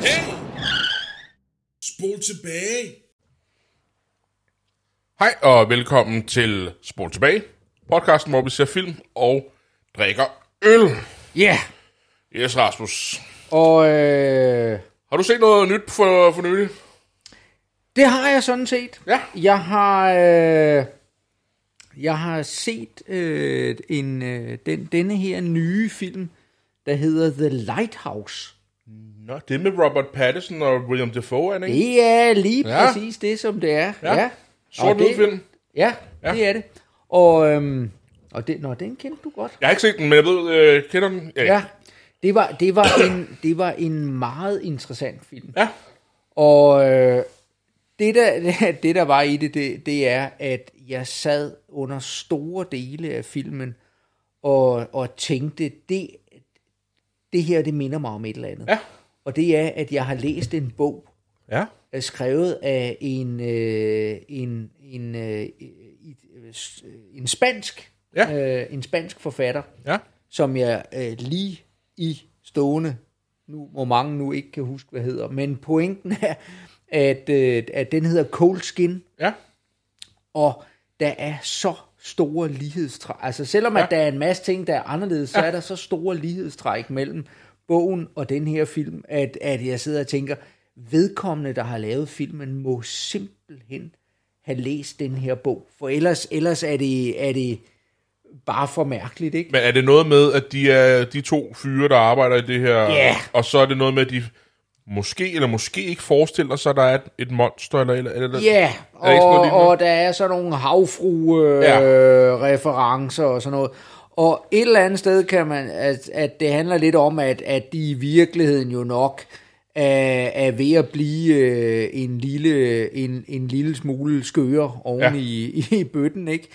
Hey! Spol tilbage! Hej og velkommen til Spol Tilbage, podcasten, hvor vi ser film og drikker øl. Ja, yeah. Yes, Rasmus. Og Har du set noget nyt for nylig? det har jeg sådan set. Ja. Jeg har set denne her nye film, der hedder The Lighthouse. Nå, det er med Robert Pattinson og William Dafoe, er det ikke? Det er lige præcis det, som det er. Ja. Sort-hvid film. Ja, det er det. Og den kendte du godt. Jeg har ikke set den, men jeg ved, kender den? Ja, det var en meget interessant film. Ja. Og det der var i det er, at jeg sad under store dele af filmen og tænkte, det her, det minder mig om et eller andet. Ja. Og det er, at jeg har læst en bog, Ja. skrevet af en spansk forfatter, Ja. som jeg lige i stående, nu må mange nu ikke kan huske, hvad hedder, men pointen er, at den hedder Cold Skin, Ja. og der er så store lighedstræk. Altså selvom at der er en masse ting, der er anderledes, så er der så store lighedstræk mellem bogen og den her film, at jeg sidder og tænker, vedkommende, der har lavet filmen, må simpelthen have læst den her bog. For ellers er det bare for mærkeligt, ikke? Men er det noget med, at de er de to fyre, der arbejder i det her, Ja. og så er det noget med, at de måske ikke forestiller sig, at der er et monster, eller Ja, og der er så nogle havfru-referencer og sådan noget. Og et eller andet sted kan man, at det handler lidt om, at de i virkeligheden jo nok er ved at blive en lille smule skøre oven i bøtten, ikke?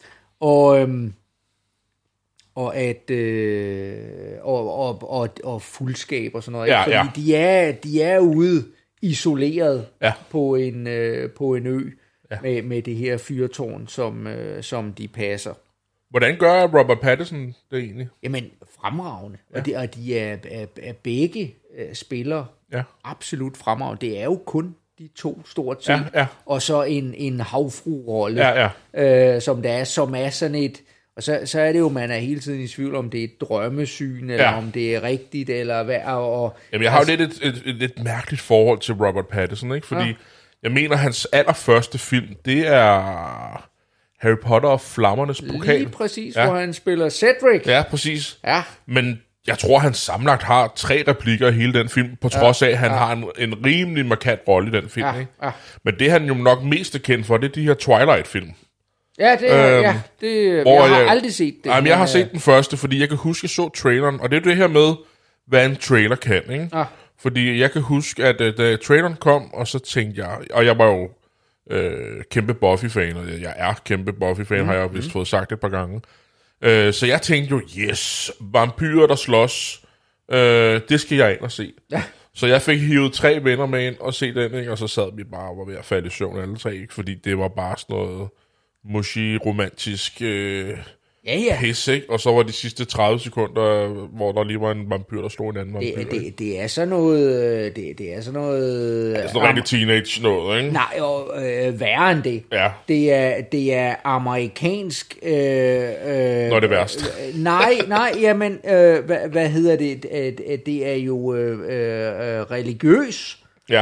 Og fuldskab og sådan noget, ikke? Fordi de er ude isoleret på en ø med det her fyrtårn, som de passer. Hvordan gør Robert Pattinson det egentlig? Jamen, fremragende. Ja. Og de er begge spillere absolut fremragende. Det er jo kun de to stort set. Ja. Og så en havfru-rolle, som der er, som er sådan et... Og så er det jo, man er hele tiden i tvivl, om det er et drømmesyn, eller om det er rigtigt, eller hvad. Jamen, jeg har jo lidt mærkeligt forhold til Robert Pattinson, ikke? Fordi jeg mener, hans allerførste film, det er Harry Potter og Flammernes Pokal. Lige præcis, hvor han spiller Cedric. Ja, præcis. Ja. Men jeg tror, han sammenlagt har 3 replikker i hele den film, på trods af, at han har en rimelig markant rolle i den film. Ikke? Ja. Men det, han jo nok mest kendt for, det er de her Twilight-film. Ja, jeg har aldrig set det. Nej, men jeg har set den første, fordi jeg kan huske, jeg så traileren, og det er det her med, hvad en trailer kan, ikke? Ja. Fordi jeg kan huske, at da traileren kom, og så tænkte jeg, og jeg var jo kæmpe Buffy-fan, og jeg er kæmpe Buffy-fan, har jeg vist fået sagt et par gange. Så jeg tænkte jo, yes, vampyrer, der slås, det skal jeg ind og se. Ja. Så jeg fik hivet 3 venner med ind og se den, ikke? Og så sad vi bare og var ved at falde i søvn alle 3, ikke? Fordi det var bare sådan noget mushy, romantisk pis, ikke? Og så var de sidste 30 sekunder, hvor der lige var en vampyr, der slog en anden vampyr. Det er sådan noget... Det er sådan noget... Det er sådan rigtig teenage noget, ikke? Nej, værre end det. Ja. Det er amerikansk... Nå, det værste. Nej, jamen... hvad hedder det? Det er jo religiøs. Ja.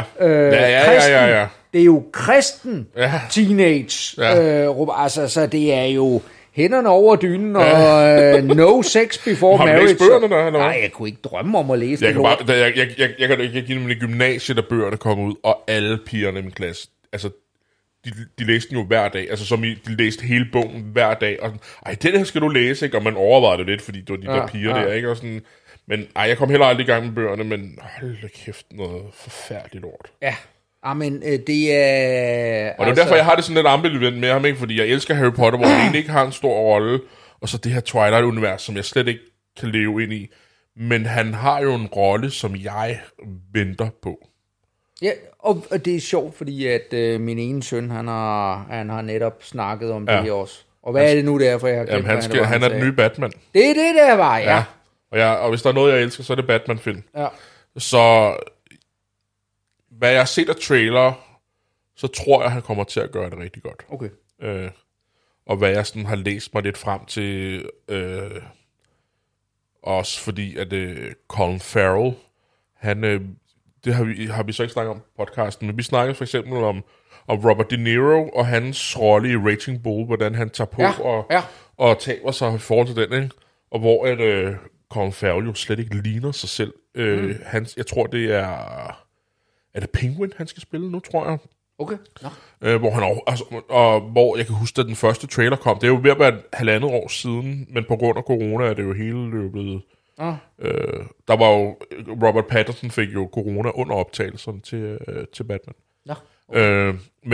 Ja. Det er jo kristen teenage. Altså, så det er jo hænderne over dynen og no sex before marriage. Har du læst bøgerne der? Eller? Nej, jeg kunne ikke drømme om at læse det. Jeg kan give dem i gymnasiet, da bøgerne kom ud, og alle pigerne i min klasse, altså, de læste den jo hver dag, altså som de læste hele bogen hver dag, og sådan, det her skal du læse, ikke? Og man overvejede det lidt, fordi det var de der piger der, ikke? Og sådan, men jeg kom heller aldrig i gang med bøgerne, men hold da kæft, noget forfærdeligt lort. Ja. Men det er... Og det er derfor, jeg har det sådan lidt ambivalent med ham, ikke? Fordi jeg elsker Harry Potter, hvor han egentlig ikke har en stor rolle, og så det her Twilight-univers, som jeg slet ikke kan leve ind i. Men han har jo en rolle, som jeg venter på. Ja, og det er sjovt, fordi at min ene søn, han har netop snakket om det her også. Og hvad er det nu, det er, for jeg har glemt, han er den nye Batman. Det er det, der var, ja. Og hvis der er noget, jeg elsker, så er det Batman-film. Ja. Så hvad jeg har set af trailer, så tror jeg, han kommer til at gøre det rigtig godt. Okay. Og hvad jeg sådan har læst mig lidt frem til, også fordi, at Colin Farrell, han, det har vi så ikke snakket om på podcasten, men vi snakkede for eksempel om Robert De Niro og hans rolle i Raging Bull, hvordan han tager på og taber sig i forhold til den, ikke? Og hvor at Colin Farrell jo slet ikke ligner sig selv. Jeg tror, det er det Penguin, han skal spille nu, tror jeg. Okay. Hvor han og hvor jeg kan huske, at den første trailer kom, det er jo ved at være 1,5 år siden, men på grund af corona er det jo hele løbet. Der var jo, Robert Pattinson fik jo corona under optagelserne til Batman. Okay.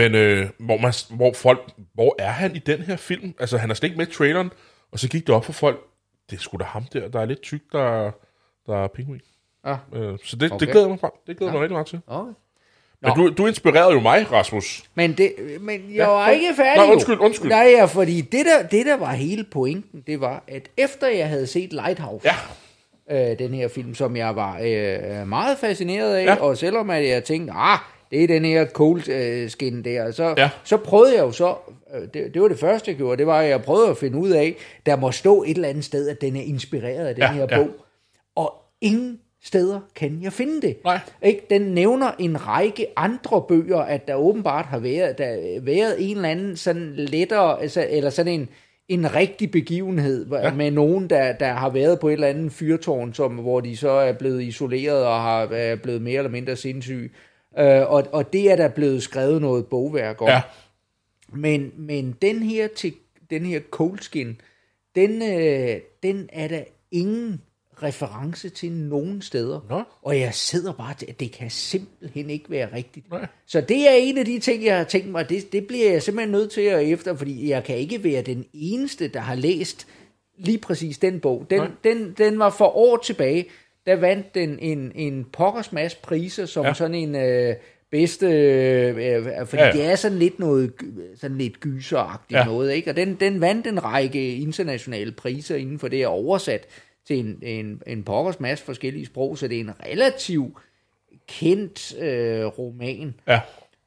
Hvor er han i den her film? Altså, han er slet ikke med i traileren, og så gik det op for folk, det er sgu da ham der er lidt tyk, der er Penguin. Så det glæder mig frem. Det glæder mig rigtig meget til. Okay. Men du inspirerede jo mig, Rasmus. Men jeg var ikke færdig. Nej, undskyld. Nej, fordi det der var hele pointen, det var, at efter jeg havde set Lighthouse, den her film, som jeg var meget fascineret af, og selvom at jeg tænkte, det er den her cold skin der, så prøvede jeg jo så, det var det første jeg gjorde, det var, at jeg prøvede at finde ud af, der må stå et eller andet sted, at den er inspireret af den her bog. Og ingen steder kan jeg finde det. Nej. Ikke? Den nævner en række andre bøger, at der åbenbart har været en eller anden sådan lettere, eller sådan en rigtig begivenhed med nogen, der har været på et eller andet fyrtårn, hvor de så er blevet isoleret og har blevet mere eller mindre sindssyge. Og det er der blevet skrevet noget bogværk om. Ja. Men den her cold skin, den er der ingen reference til nogen steder. Og jeg sidder bare til, at det kan simpelthen ikke være rigtigt. Nej. Så det er en af de ting, jeg har tænkt mig, det bliver jeg simpelthen nødt til at efter, fordi jeg kan ikke være den eneste, der har læst lige præcis den bog. Den var for år tilbage, der vandt den en pokkers masse priser, som sådan en bedste, fordi det er sådan lidt noget, sådan lidt gyseragtigt noget, ikke? Og den vandt en række internationale priser inden for det er oversat til en pokkers masse forskellige sprog, så det er en relativt kendt roman. Ja.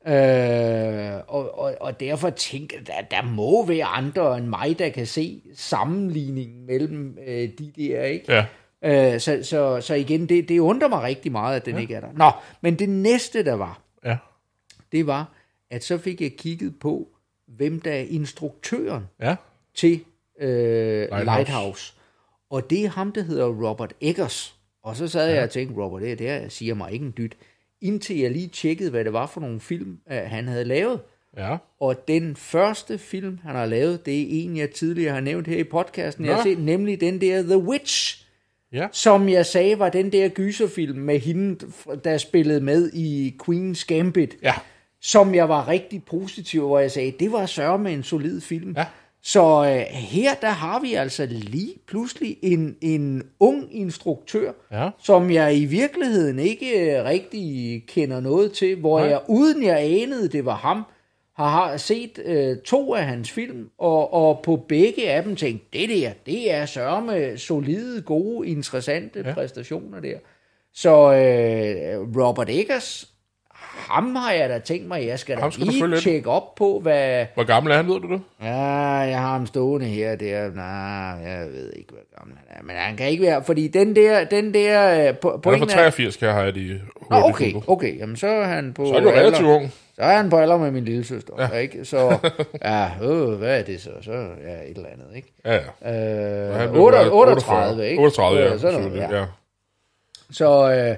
Og derfor tænker jeg, at der må være andre end mig, der kan se sammenligningen mellem de der, ikke? Ja. Så igen, det undrer mig rigtig meget, at den ikke er der. Nå, men det næste, der var, det var, at så fik jeg kigget på, hvem der er instruktøren til Lighthouse. Og det er ham, der hedder Robert Eggers. Og så sad jeg og tænkte, Robert, det siger mig ikke en dyt. Indtil jeg lige tjekkede, hvad det var for nogle film, han havde lavet. Ja. Og den første film, han har lavet, det er en, jeg tidligere har nævnt her i podcasten. Jeg har set nemlig den der The Witch. Ja. Som jeg sagde, var den der gyserfilm med hende, der spillede med i Queen's Gambit. Ja. Som jeg var rigtig positiv, hvor jeg sagde, det var sørme en solid film. Ja. Så her, der har vi altså lige pludselig en ung instruktør, som jeg i virkeligheden ikke rigtig kender noget til, hvor jeg, uden jeg anede, det var ham, har set 2 af hans film, og på begge af dem tænkte, det er sørme solide, gode, interessante præstationer der. Så Robert Eggers, ham har jeg da tænkt mig, jeg skal da lige tjekke op på, hvad... Hvor gammel er han, ved du det? Ja, jeg har ham stående her, jeg ved ikke, hvor gammel han er, men han kan ikke være, fordi den der han er fra 83, kan jeg have de hurtigt. Okay, jamen så er han på... Så er du relativt ung. Så er han på alder med min lille søster, ikke? Så, hvad er det så? Så et eller andet, ikke? Ja. 38, ikke? 38, ja. Sådan noget, ja. Så...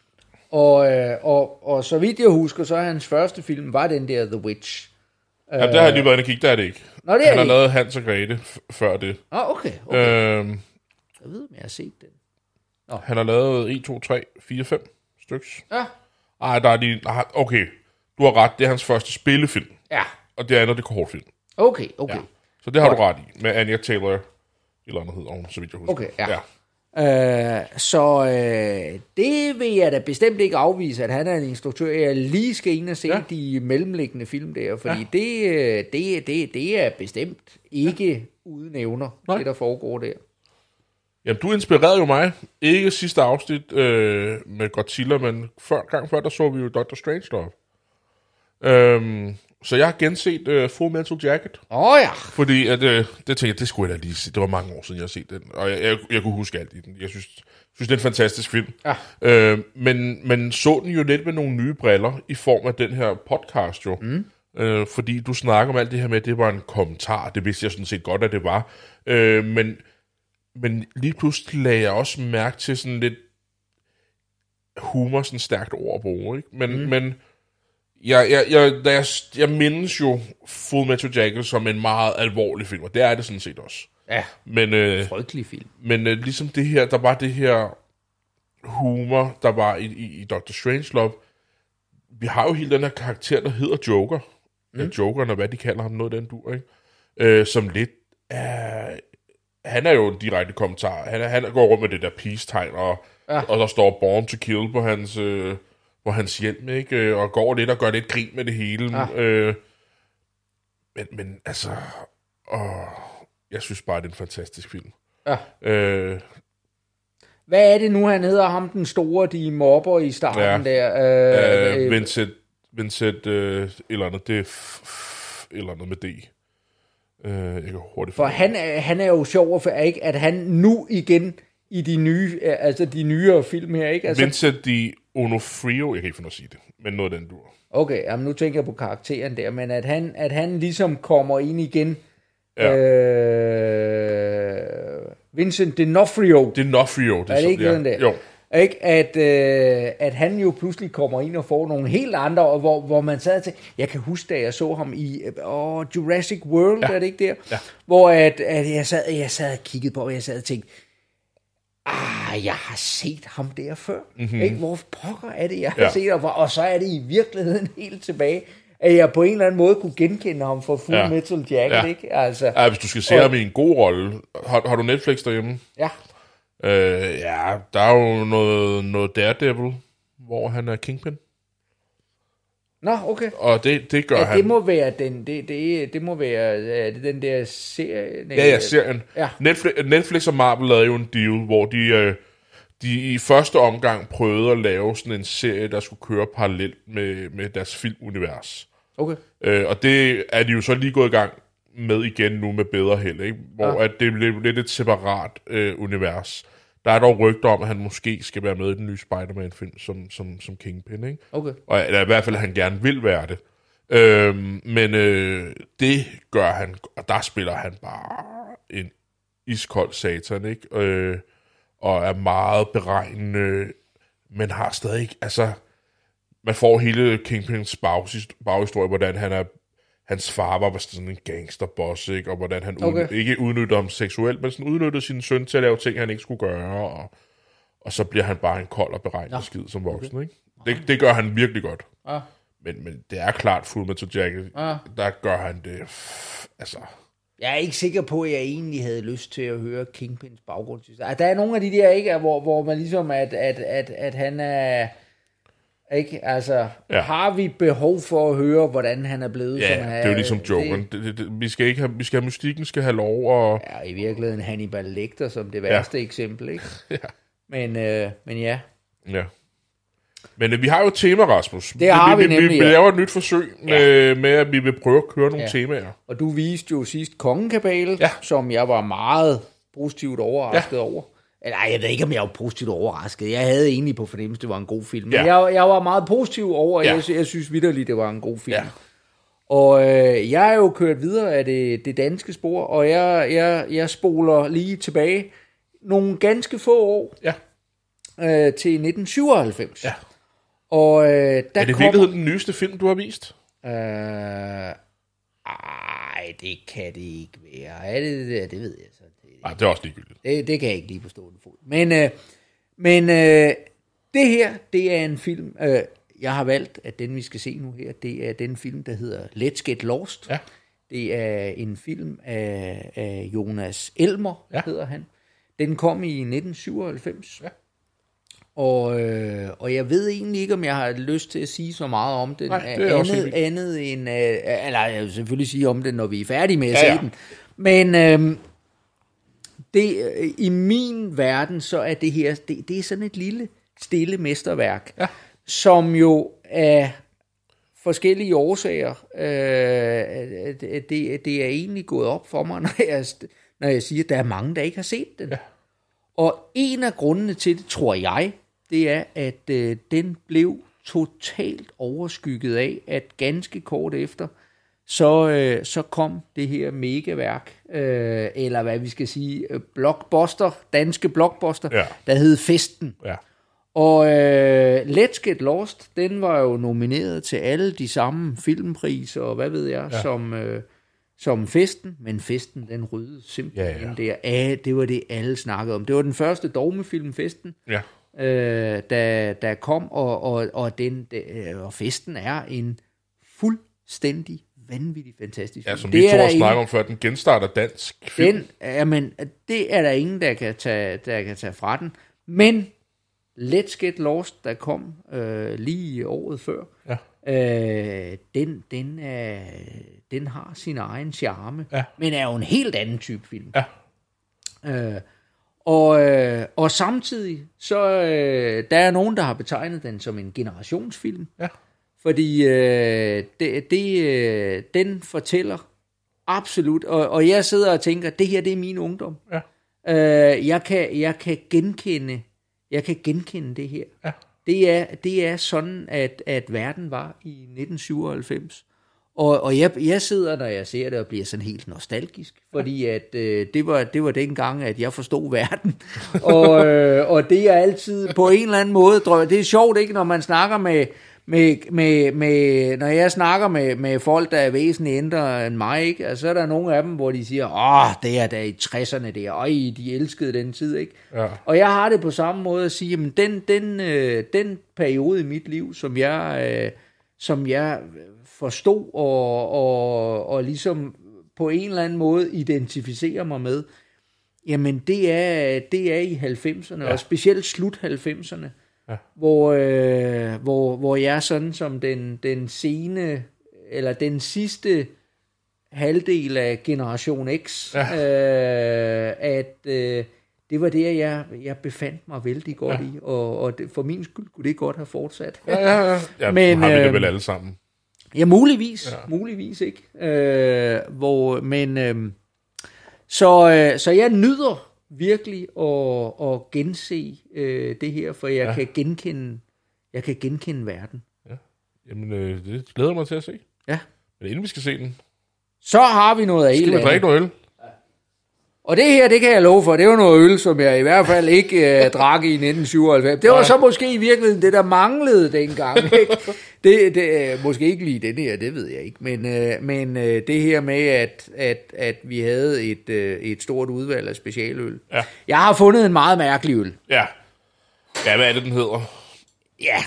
Og så vidt jeg husker, så hans første film var den der The Witch. Ja, der har jeg lige været inde og kigge, der er det ikke. Nå, det han har lavet Hans og Grete før det. Okay. Jeg ved, om jeg har set den. Han har lavet 1, 2, 3, 4, 5 styks. Ja. Der er lige... Okay, du har ret, det er hans første spillefilm. Ja. Og det andet, det er kortfilm. Okay. Ja. Så det har du ret i, med Anya Taylor, eller andet hedder hun, så vidt jeg husker. Okay, ja. Så det vil jeg da bestemt ikke afvise, at han er en instruktør. Jeg lige skal ind og se de mellemliggende film der, fordi det er bestemt ikke uden evner, det der foregår der. Jamen, du inspirerede jo mig. Ikke sidste afsnit med Godzilla, men gang før, der så vi jo Dr. Strangelove. Så jeg har genset Full Metal Jacket. Ja. Fordi at, det tænkte jeg, det skulle jeg da lige se. Det var mange år siden, jeg har set den. Og jeg kunne huske alt i den. Jeg synes, det er en fantastisk film. Ja. Men så den jo lidt med nogle nye briller i form af den her podcast jo. Fordi du snakker om alt det her med, at det var en kommentar. Det vidste jeg sådan set godt, at det var. Men lige pludselig lagde jeg også mærke til sådan lidt humor, sådan stærkt ord at bruge, ikke? Men jeg mindes jo Full Metal Jacket som en meget alvorlig film, og det er det sådan set også. Ja, men, frygtelig film. Men ligesom det her, der var det her humor, der var i Dr. Strangelove. Vi har jo hele den her karakter, der hedder Joker. Jokeren, og hvad de kalder ham, noget af den dur, ikke? Som lidt han er jo en direkte kommentar. Han går rundt med det der peace-tegn, og der står Born to Kill på hans hjelm, ikke? Og går lidt og gør lidt grin med det hele. Men altså... jeg synes bare, det er en fantastisk film. Ja. Hvad er det nu, han hedder, ham den store, de mobber i starten der? Vincent eller andet, det eller andet med D. Jeg kan hurtigt for han er jo sjov for, ikke, at han nu igen i de nye, altså de nyere film her, ikke? Altså, Vincent D'Onofrio, jeg kan ikke finde at sige det, men noget af den dur. Okay, jamen nu tænker jeg på karakteren der, men at han ligesom kommer ind igen. Ja. Vincent D'Onofrio. Det er det ikke den der? Jo. Ikke? At han jo pludselig kommer ind og får nogle helt andre, og hvor man sad til, jeg kan huske, da jeg så ham i Jurassic World, er det ikke der? Ja. Hvor at jeg sad og kiggede på, og jeg sad og tænkte, jeg har set ham der før. Ikke? Hvor pokker er det, jeg har set ham, og så er det i virkeligheden helt tilbage, at jeg på en eller anden måde kunne genkende ham fra Full Metal Jacket, ikke? Altså, hvis du skal se ham i en god rolle, har du Netflix derhjemme? Ja. Der er jo noget Daredevil, hvor han er Kingpin. Nå, okay. Og det gør han. Det må være det må være den der serie. Ja, serien. Ja. Netflix og Marvel lavede jo en deal, hvor de i første omgang prøvede at lave sådan en serie, der skulle køre parallelt med deres filmunivers. Okay. Og det er de jo så lige gået i gang med igen nu med bedre held, ikke? Hvor at det blev lidt et separat univers. Der er dog rygter om, at han måske skal være med i den nye Spider-Man-film som Kingpin, ikke? Okay. Eller i hvert fald, at han gerne vil være det. Men det gør han, og der spiller han bare en iskold satan, ikke? Og er meget beregnende, men har stadig ikke, altså, man får hele Kingpins baghistorie, hvordan hans far var sådan en gangsterboss, ikke? Og hvordan han ikke udnytter ham seksuelt, men sådan udnyttede sin søn til at lave ting, han ikke skulle gøre, og så bliver han bare en kold og beregnende skid som voksen, ikke? Det gør han virkelig godt. Men det er klart, Full Metal Jacket, der gør han det, altså... Jeg er ikke sikker på, at jeg egentlig havde lyst til at høre Kingpins baggrund. Der er nogle af de der, ikke, hvor man ligesom, at han er... Ikke? Altså, har vi behov for at høre, hvordan han er blevet, som han er? Det er jo ligesom Jokeren. Vi skal have mystikken, skal have lov og... Ja, i virkeligheden Hannibal Lecter som det værste eksempel, ikke? Men ja. Ja. Men vi har jo et tema, Rasmus. Det har vi nemlig, Vi laver et nyt forsøg med, at vi vil prøve at køre nogle temaer. Og du viste jo sidst Kongekabale, som jeg var meget positivt overrasket over. Nej, jeg ved ikke, om jeg var positivt overrasket. Jeg havde egentlig på fornemmelse, det var en god film. Men jeg var meget positiv over, jeg synes vitterligt, det var en god film. Ja. Og jeg er jo kørt videre af det danske spor, og jeg spoler lige tilbage nogle ganske få år til 1997. Ja. Og der er det i virkeligheden den nyeste film, du har vist? Ej, det kan det ikke være. Er det ved jeg så. Nej, det er også ligegyldigt. Det kan jeg ikke lige på stående fod. Men det her, det er en film, jeg har valgt, at den vi skal se nu her, det er den film, der hedder Let's Get Lost. Ja. Det er en film af Jonas Elmer, hedder han. Den kom i 1997. Ja. Og jeg ved egentlig ikke, om jeg har lyst til at sige så meget om den. Nej, det er andet end... eller jeg vil selvfølgelig sige om den, når vi er færdige med at se den. Men i min verden, så er det her, det er sådan et lille, stille mesterværk, som jo af forskellige årsager, det er egentlig gået op for mig, når jeg siger, at der er mange, der ikke har set den. Ja. Og en af grundene til det, tror jeg, det er, at den blev totalt overskygget af, at ganske kort efter, så kom det her megaværk, eller hvad vi skal sige, danske blockbuster, der hed Festen. Ja. Og Let's Get Lost, den var jo nomineret til alle de samme filmpriser, og hvad ved jeg, som Festen, men Festen, den ryddede simpelthen der. Det var det, alle snakkede om. Det var den første dogmefilm, Festen, der kom, og Festen er en fuldstændig vanvittig fantastisk film. Ja, som vi to har snakket om før, den genstarter dansk film. Det er der ingen, der kan tage fra den. Men Let's Get Lost, der kom lige året før, den har sin egen charme, men er jo en helt anden type film. Ja. Og samtidig, så der er nogen, der har betegnet den som en generationsfilm. Ja. Fordi den fortæller absolut, og jeg sidder og tænker, det her, det er min ungdom. Ja. Jeg kan genkende det her. Ja. Det er sådan, at verden var i 1997. Og jeg sidder, når jeg ser det, og bliver sådan helt nostalgisk, fordi at det var dengang, at jeg forstod verden. Og det er altid på en eller anden måde drøm. Det er sjovt, ikke, når man snakker når jeg snakker med folk, der er væsentligt ældre end mig, ikke? Altså, så er der nogle af dem, hvor de siger, det er da i 60'erne der, de elskede den tid, ikke? Ja. Og jeg har det på samme måde at sige, jamen den periode i mit liv, som jeg forstod og ligesom på en eller anden måde identificerer mig med, jamen det er i 90'erne, og specielt slut 90'erne. Ja. Hvor jeg er sådan som den sidste halvdel af Generation X, at det var det, jeg befandt mig vældig godt i, og for min skyld kunne det godt have fortsat. Ja, men har vi det vel alle sammen. Ja, muligvis ikke. Så jeg nyder virkelig at gense det her, for jeg kan genkende verden. Ja. Jamen, det glæder mig til at se. Ja. Men inden vi skal se den, så har vi noget af skal vi drikke noget øl. Og det her, det kan jeg love for, det var noget øl, som jeg i hvert fald ikke drak i 1997. Det var så måske i virkeligheden det, der manglede dengang. Ikke? Det måske ikke lige den her, det ved jeg ikke. Men det her med, at vi havde et stort udvalg af specialøl. Ja. Jeg har fundet en meget mærkelig øl. Ja. Ja, hvad er det, den hedder? Ja,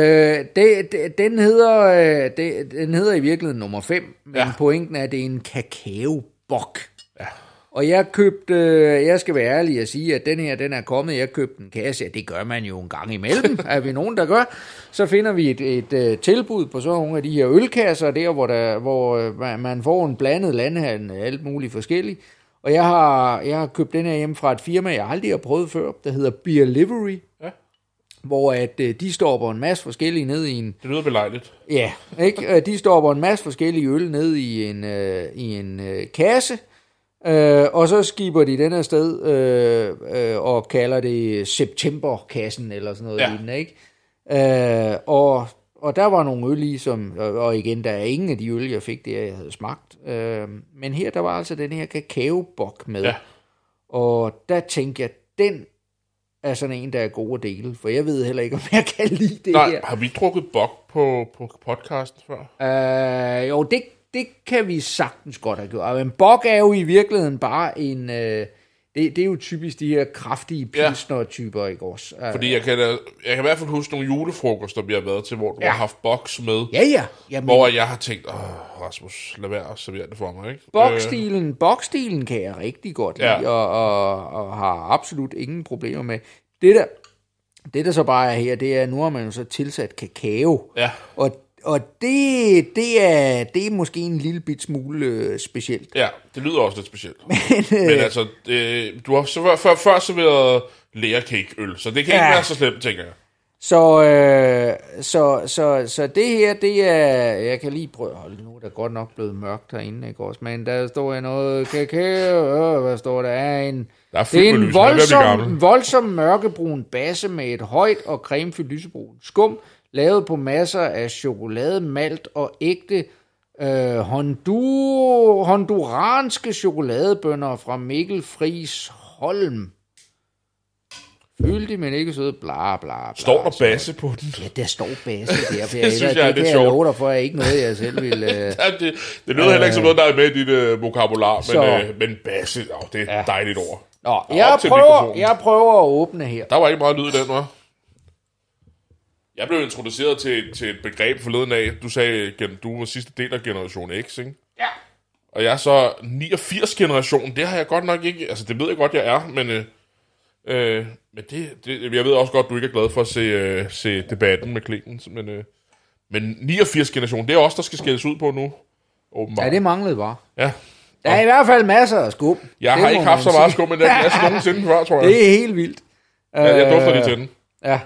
den hedder i virkeligheden nummer 5, men pointen er, at det er en kakaobok. Ja. Og jeg skal være ærlig og sige, at den her, den er kommet, jeg købte en kasse, det gør man jo en gang imellem, er vi nogen, der gør. Så finder vi et tilbud på sådan nogle af de her ølkasser, der hvor man får en blandet landhandel, alt muligt forskelligt. Og jeg har købt den her hjem fra et firma, jeg aldrig har prøvet før, der hedder Beer Livery. Ja. Hvor at de stopper en masse forskellige ned i en... Det lyder belejligt. Ja, ikke? De stopper en masse forskellige øl ned i en kasse, og så skiber de den her sted og kalder det September-kassen eller sådan noget lignende, ikke? Og der var nogle øl i, og igen, der er ingen af de øl, jeg fik, det jeg havde smagt. Men her, der var altså den her kakaobok med. Ja. Og der tænkte jeg, den er sådan en, der er god at dele, for jeg ved heller ikke, om jeg kan lide det her. Har vi drukket bok på podcasten før? Jo, det kan vi sagtens godt have gjort. Men bok er jo i virkeligheden bare en... Det er jo typisk de her kraftige pilsner-typer, ikke også? Fordi jeg kan i hvert fald huske nogle julefrokoster, vi har været til, hvor du har haft boks med. Ja. Jamen, hvor jeg har tænkt, Rasmus, lad være at servere det for mig, ikke? Bokstilen kan jeg rigtig godt lide, og har absolut ingen problemer med. Det der så bare er her, det er, nu har man jo så tilsat kakao. Ja. Og det er måske en lille bit smule specielt. Ja, det lyder også lidt specielt. Men altså, du har før serveret layer-cake-øl, så det kan ikke være så slemt, tænker jeg. Så det her, det er... Jeg kan lige prøve... Hold nu, der er godt nok blevet mørkt herinde, ikke også? Men der står noget kakao... Hvad står der? Der er det er en voldsom mørkebrun basse med et højt og cremefyldt lysebrun skum, lavet på masser af chokolade, malt og ægte honduranske chokoladebønner fra Mikkel Friis Holm. Fyldig, men ikke sød, bla bla bla. Står der basse på den? Ja, der står basse der. Det synes jeg er lidt sjovt. Det kan jeg love dig for, ikke noget, jeg selv vil... det lyder heller ikke som noget, der er med i dit vokabular, men basse, det er et dejligt ord. Nå, jeg prøver at åbne her. Der var ikke meget lyd i den, hva'? Jeg blev introduceret til et begreb forleden af. Du sagde, du var sidste del af Generation X, ikke? Ja. Og jeg er så 89-generation. Det har jeg godt nok ikke... Altså, det ved jeg godt, jeg er, men jeg ved også godt, du ikke er glad for at se debatten med Clemens. Men 89-generation, det er også der skal skældes ud på nu. Åbenbart. Ja, det manglede bare. Ja. Der er i hvert fald masser af skum. Jeg har ikke haft så meget skum, men det er nogensinde før, tror jeg. Det er helt vildt. Jeg dufter lige til den. Ja.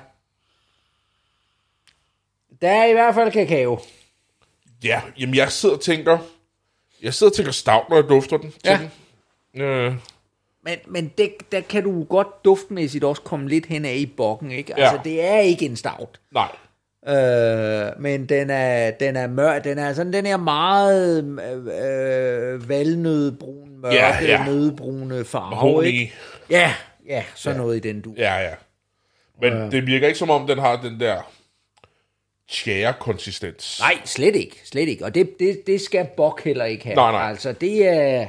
Der er i hvert fald kakao. Ja, jamen jeg sidder og tænker stout, når jeg dufter den. Ja. Den. Men der kan du godt duftmæssigt også komme lidt hen af i bokken, ikke? Ja. Altså, det er ikke en stout. Nej. Men den er mør. Den er meget valnødbrun, mørke, nødbrune farve. Ikke? Ja, sådan noget i den du. Ja. Men det virker ikke som om, den har den der tjære-konsistens. Nej, slet ikke. Og det skal bok heller ikke have. Nej. Altså, det er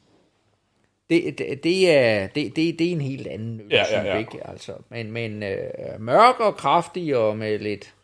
en helt anden øl, ja. ikke? Altså, men mørk og kraftig og med lidt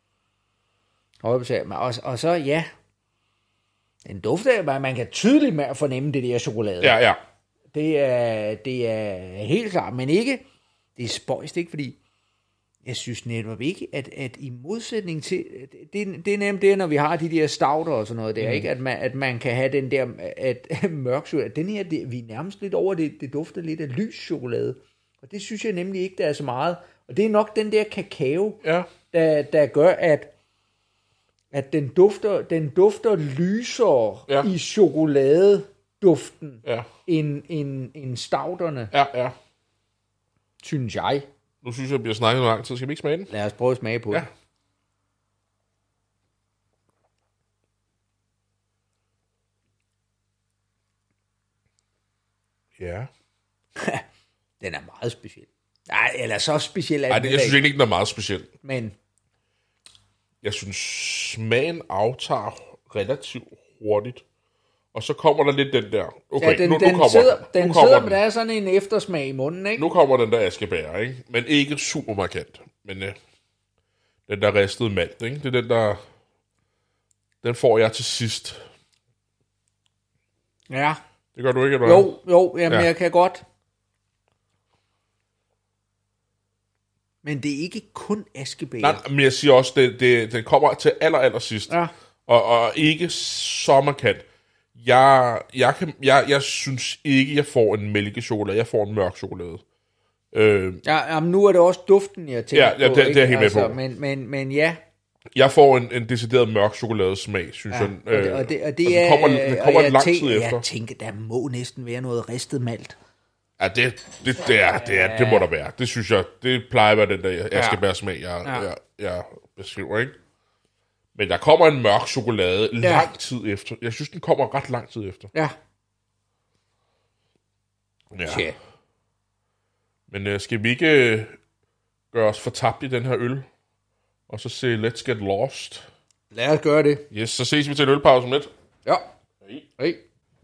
og så ja, den dufter, man kan tydeligt fornemme det der chokolade. Ja. Det er helt klart, men ikke, det er spøjst, ikke? Fordi jeg synes netop ikke, at i modsætning til, det er nemt det, når vi har de der stouter og sådan noget der, ikke? At man kan have den der mørk chokolade. Den her, vi er nærmest lidt over, det dufter lidt af lys chokolade. Og det synes jeg nemlig ikke, der er så meget. Og det er nok den der kakao, der gør, at den dufter lysere i chokoladeduften end stouterne. Ja. Synes jeg. Nu synes jeg, vi har snakket lang tid. Skal vi ikke smage den? Lad os prøve at smage på det. Ja. Den er meget speciel. Nej, eller så speciel er den. Nej, jeg synes ikke, den er meget speciel. Men jeg synes, smagen aftager relativt hurtigt. Og så kommer der lidt den der. Okay, ja, nu kommer den sidder, men der er sådan en eftersmag i munden, ikke? Nu kommer den der askebær, ikke? Men ikke super markant. Men den der ristede malt, ikke? Det er den der... Den får jeg til sidst. Ja. Det gør du ikke, eller? Jo, jamen jeg kan godt. Men det er ikke kun askebær. Nej, men jeg siger også, den kommer til aller sidst. Ja. Og ikke så markant. Jeg synes ikke, jeg får en mælkechokolade. Jeg får en mørk chokolade. Jamen, nu er det også duften, jeg tænker på. Ja, det er helt med på. Men ja. Jeg får en decideret mørk chokoladesmag, synes jeg. Og det kommer en lang tid efter. Jeg tænker, der må næsten være noget ristet malt. Ja, det må der være. Det synes jeg, det plejer at være den der askebærsmag, jeg beskriver, ikke? Men der kommer en mørk chokolade lang tid efter. Jeg synes, den kommer ret lang tid efter. Ja. Men skal vi ikke gøre os fortabt i den her øl? Og så se Let's Get Lost? Lad os gøre det. Yes, så ses vi til en ølpause om lidt. Ja. Hej.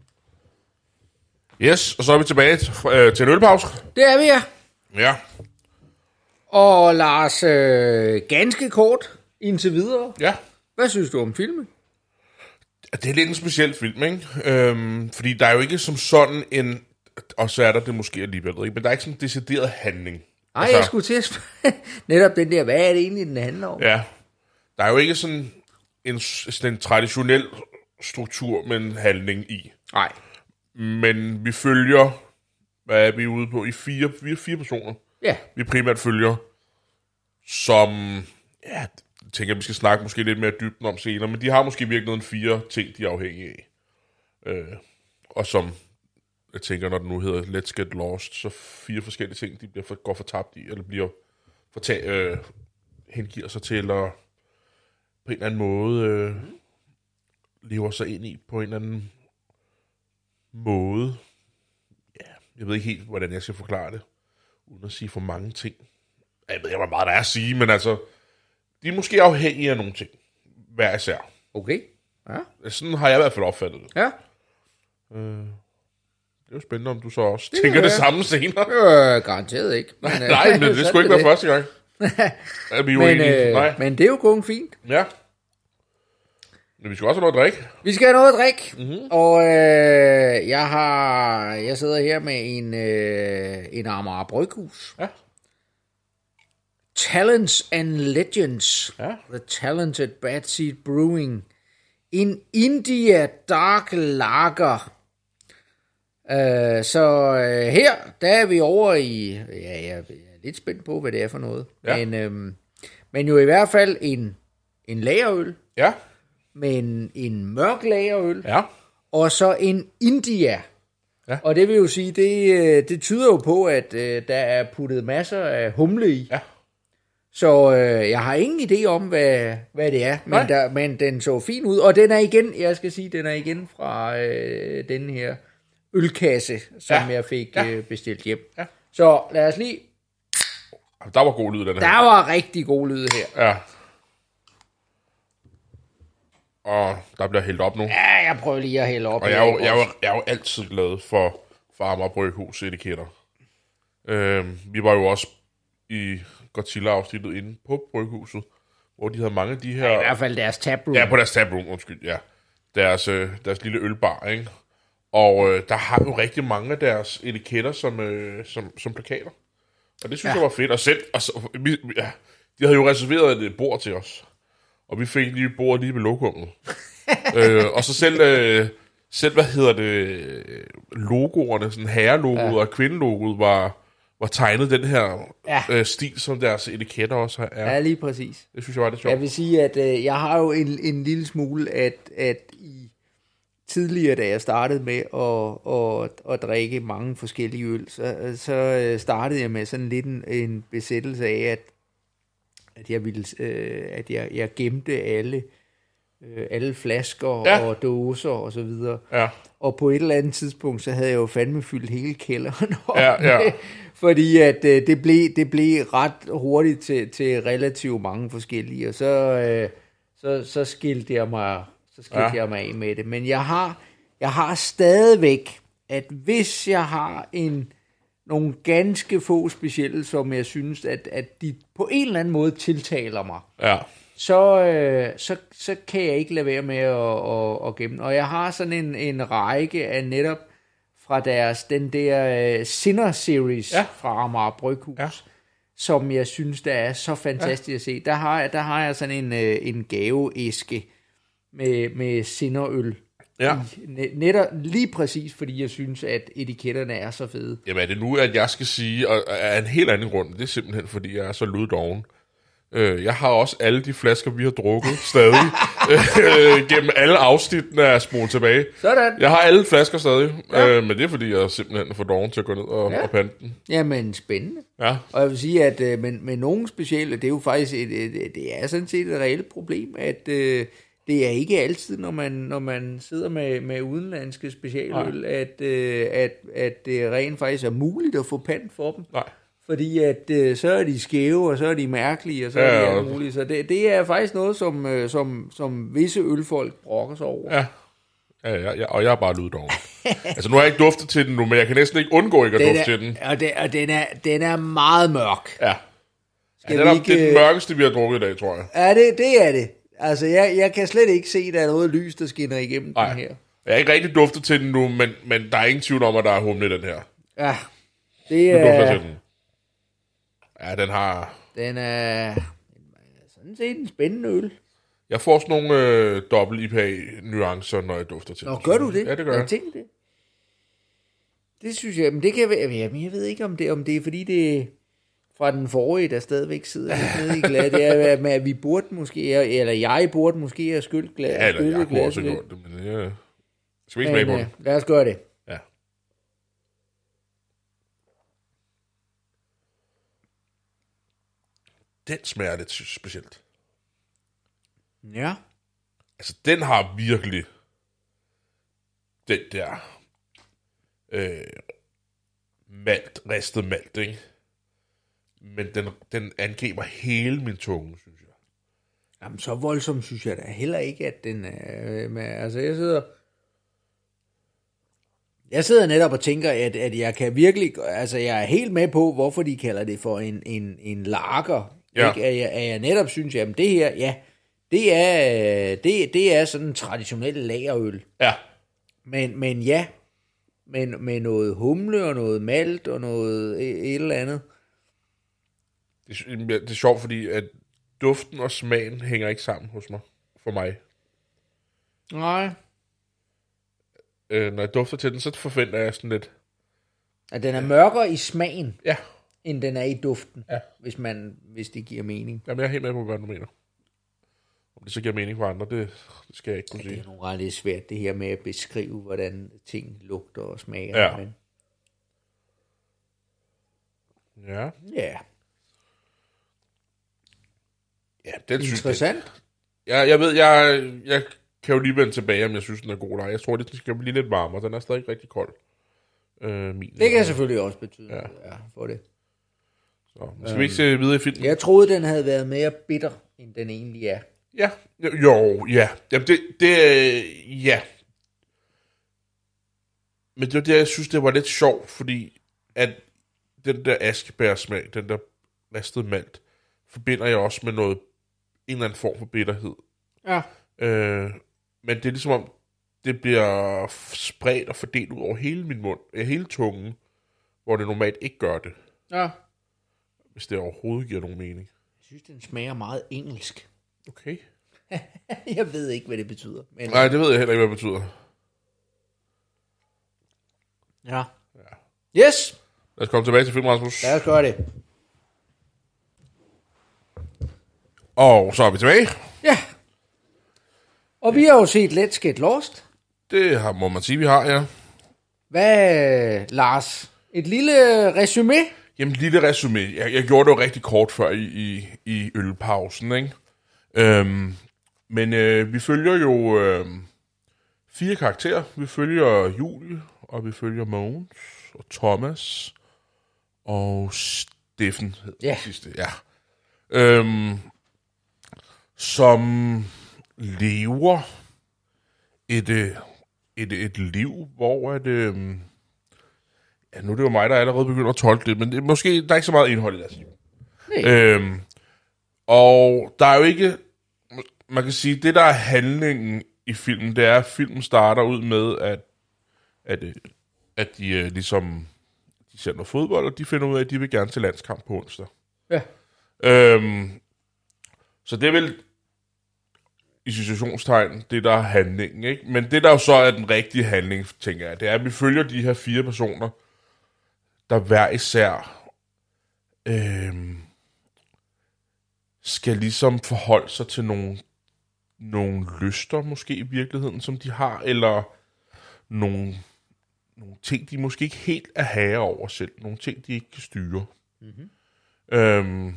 Yes, og så er vi tilbage til en ølpause. Det er vi, ja. Ja. Og Lars, ganske kort indtil videre. Ja. Hvad synes du om filmen? Det er lidt en speciel film, ikke? Fordi der er jo ikke som sådan en... Og så er der det måske alligevel, ikke? Men der er ikke sådan en decideret handling. Nej, jeg skulle til at netop den der, hvad er det egentlig, den handler om? Ja. Der er jo ikke sådan... sådan en traditionel struktur med en handling i. Nej. Men vi følger, hvad er vi ude på, vi er fire personer. Ja. Vi primært følger, som, ja, jeg tænker, vi skal snakke måske lidt mere dybden om senere, men de har måske virkelig en 4 ting, de er afhængige af. Og som, jeg tænker, når det nu hedder Let's Get Lost, så 4 forskellige ting, de går fortabt i, eller bliver hengiver sig til, eller på en eller anden måde lever sig ind i, på en eller anden måde. Ja, jeg ved ikke helt, hvordan jeg skal forklare det, uden at sige for mange ting. Jeg ved ikke, hvor meget der er at sige, men altså, de er måske afhængige af nogle ting, hver især. Okay. Ja. Sådan har jeg i hvert fald opfattet det. Ja. Det er jo spændende, om du så også tænker det samme senere. Garanteret ikke. Men, nej, men det skulle ikke være første gang. Er vi jo enige? Men det er jo kun fint. Ja. Men vi skal også have noget at drikke. Vi skal have noget at drikke. Mm-hmm. Og jeg sidder her med en Amager Bryghus. Ja. Talents and Legends. Ja. The Talented Bad Seed Brewing. En India Dark Lager. Så her, der er vi over i... Ja, jeg er lidt spændt på, hvad det er for noget. Ja. Men jo i hvert fald en lagerøl. Ja. Men en mørk lagerøl. Ja. Og så en India. Ja. Og det vil jo sige, det tyder jo på, at der er puttet masser af humle i. Ja. Så jeg har ingen idé om, hvad det er. Men den så fin ud. Og den er igen, jeg skal sige, den er igen fra den her ølkasse, som jeg fik bestilt hjem. Ja. Så lad os lige... Der var god lyd, den her. Der var rigtig god lyd her. Ja. Og der bliver hældt op nu. Ja, jeg prøver lige at hælde op. Og jeg er jo altid glad for Amager Bryghus etiketter. Vi var jo også i Godzilla-afsnittet inde på Bryghuset, hvor de havde mange af de her... Ja, i hvert fald deres taproom. Ja, på deres taproom, undskyld, ja. Deres lille ølbar, ikke? Og der har jo rigtig mange af deres etiketter som plakater. Og det synes jeg var fedt. Og selv, de havde jo reserveret et bord til os. Og vi fik lige et bord lige ved lokummet. Og så selv, hvad hedder det, logoerne, sådan herrelogoet og kvindelogoet var tegnet den her stil, som deres etiketter også er. Ja, lige præcis. Det synes jeg var det sjovt. Jeg vil sige, at jeg har jo en lille smule, at i tidligere, da jeg startede med at drikke mange forskellige øl, så startede jeg med sådan lidt en besættelse af, at jeg ville, at jeg gemte alle flasker og dåser og så videre. Ja. Og på et eller andet tidspunkt, så havde jeg jo fandme fyldt hele kælderen op med, fordi at det blev ret hurtigt til relativt mange forskellige, og så skilte jeg mig af med det. Men jeg har stadigvæk, at hvis jeg har nogle ganske få specielle, som jeg synes, at de på en eller anden måde tiltaler mig, så kan jeg ikke lade være med at gemme. Og jeg har sådan en række af netop fra den der Sinner Series fra Amager Bryghus, som jeg synes, der er så fantastisk at se. Der har jeg sådan en gaveæske med Sinnerøl. Ja. Netop lige præcis, fordi jeg synes, at etiketterne er så fede. Jamen er det nu, at jeg skal sige, og er en helt anden grund, det er simpelthen, fordi jeg er så luddoven. Jeg har også alle de flasker, vi har drukket stadig, gennem alle afsnittene af Spol tilbage. Sådan. Jeg har alle flasker stadig, men det er, fordi jeg simpelthen er for doven til at gå ned og pante den. Jamen, spændende. Ja. Og jeg vil sige, at med nogle specielle, det er jo faktisk, det er sådan set et reelt problem, at det er ikke altid, når man sidder med udenlandske specialøl, at det rent faktisk er muligt at få pant for dem. Nej. Fordi at så er de skæve, og så er de mærkelige, og så er de alt muligt. Så det er faktisk noget, som visse ølfolk brokker sig over. Ja, og jeg er bare luddoven. Altså nu har jeg ikke duftet til den nu, men jeg kan næsten ikke undgå ikke at dufte til den. Og den er meget mørk. Ja. Det er den mørkeste, vi har drukket i dag, tror jeg. Ja, det er det. Altså, jeg kan slet ikke se, at der er noget lys, der skinner igennem den her. Jeg har ikke rigtig duftet til den nu, men der er ingen tvivl om, at der er humle i den her. Ja, det er... Den. Ja, den er sådan set en spændende øl. Jeg får sådan nogle dobbelt IPA-nuancer, når jeg dufter til Nå, gør du det? Ja, det gør jeg. Tænker det. Det synes jeg, men det kan være, jamen, jeg ved ikke, om det er, fordi det er fra den forrige, der stadigvæk sidder lidt nede i glas. Det er med, at vi burde måske, eller jeg burde måske have skyldt glas. Ja, eller jeg kunne også gjort det, men ja. Skal vi ikke smage på det? Lad os gøre det. Ja. Den smager lidt specielt. Ja. Altså, den har virkelig den der ristet malt, ikke? Men den angriber hele min tunge, synes jeg. Jamen, så voldsomt synes jeg da heller ikke, at den er med. Altså, jeg sidder netop og tænker, at jeg kan virkelig, altså jeg er helt med på, hvorfor de kalder det for en lager. Ja. Ikke? At jeg netop synes, at det her, ja, det er sådan en traditionel lagerøl. Ja. Men ja, med noget humle og noget malt og noget et eller andet. Det er sjovt, fordi at duften og smagen hænger ikke sammen hos mig. For mig. Nej. Når jeg dufter til den, så forventer jeg sådan lidt... At den er mørkere i smagen, Ja. end den er i duften, Ja. hvis det giver mening. Jamen, jeg er helt med på, hvad du mener. Om det så giver mening for andre, det skal jeg ikke kunne sige. Det er nogle ret lidt svært, det her med at beskrive, hvordan ting lugter og smager. Ja. Men, Ja. ja, Ja, den synes interessant. jeg ved, jeg kan jo lige vende tilbage, om jeg synes, den er god. Jeg tror, det skal blive lidt varmere. Den er stadig rigtig kold. Det kan selvfølgelig også betyde Ja. noget, ja, for det. Så, skal vi ikke se videre i filmen? Jeg troede, den havde været mere bitter, end den egentlig er. Ja. Ja. Jamen, ja. Men det var det, jeg synes, det var lidt sjovt, fordi at den der askebærsmag, den der ristede malt, forbinder jeg også med en eller anden form for bitterhed. Ja. Men det er ligesom om, det bliver spredt og fordelt ud over hele min mund, hele tungen, hvor det normalt ikke gør det, Ja. hvis det overhovedet giver nogen mening. Jeg synes, den smager meget engelsk. Okay. Jeg ved ikke, hvad det betyder. Men, Nej, det ved jeg heller ikke, hvad det betyder. ja. Yes, Lad os komme tilbage til filmen, Rasmus. lad os gøre det. Og så er vi tilbage. Ja. Og vi har jo set Let's Get Lost. Det må man sige, vi har, ja. Hvad, Lars? Et lille resume? Jamen, lille resume. Jeg gjorde det jo rigtig kort før i ølpausen, ikke? Men vi følger jo 4 karakterer. Vi følger Julie, og vi følger Mogens, og Thomas, og Steffen hed Ja. det sidste. Ja. Som lever et liv, hvor at... ja, nu er det jo mig, der allerede begynder at tolke det, men måske der er ikke så meget indhold i deres liv. Og der er jo ikke... Man kan sige, det der er handlingen i filmen, det er, at filmen starter ud med, at de ligesom... De ser noget fodbold, og de finder ud af, at de vil gerne til landskamp på onsdag. Ja. Så det er vel i situationstegn, det der er handlingen, ikke? Men det der jo så er den rigtige handling, tænker jeg, det er, at vi følger de her 4 personer, der hver især skal ligesom forholde sig til nogle lyster, måske i virkeligheden, som de har, eller nogle ting, de måske ikke helt er herre over selv. Nogle ting, de ikke kan styre. Mm-hmm.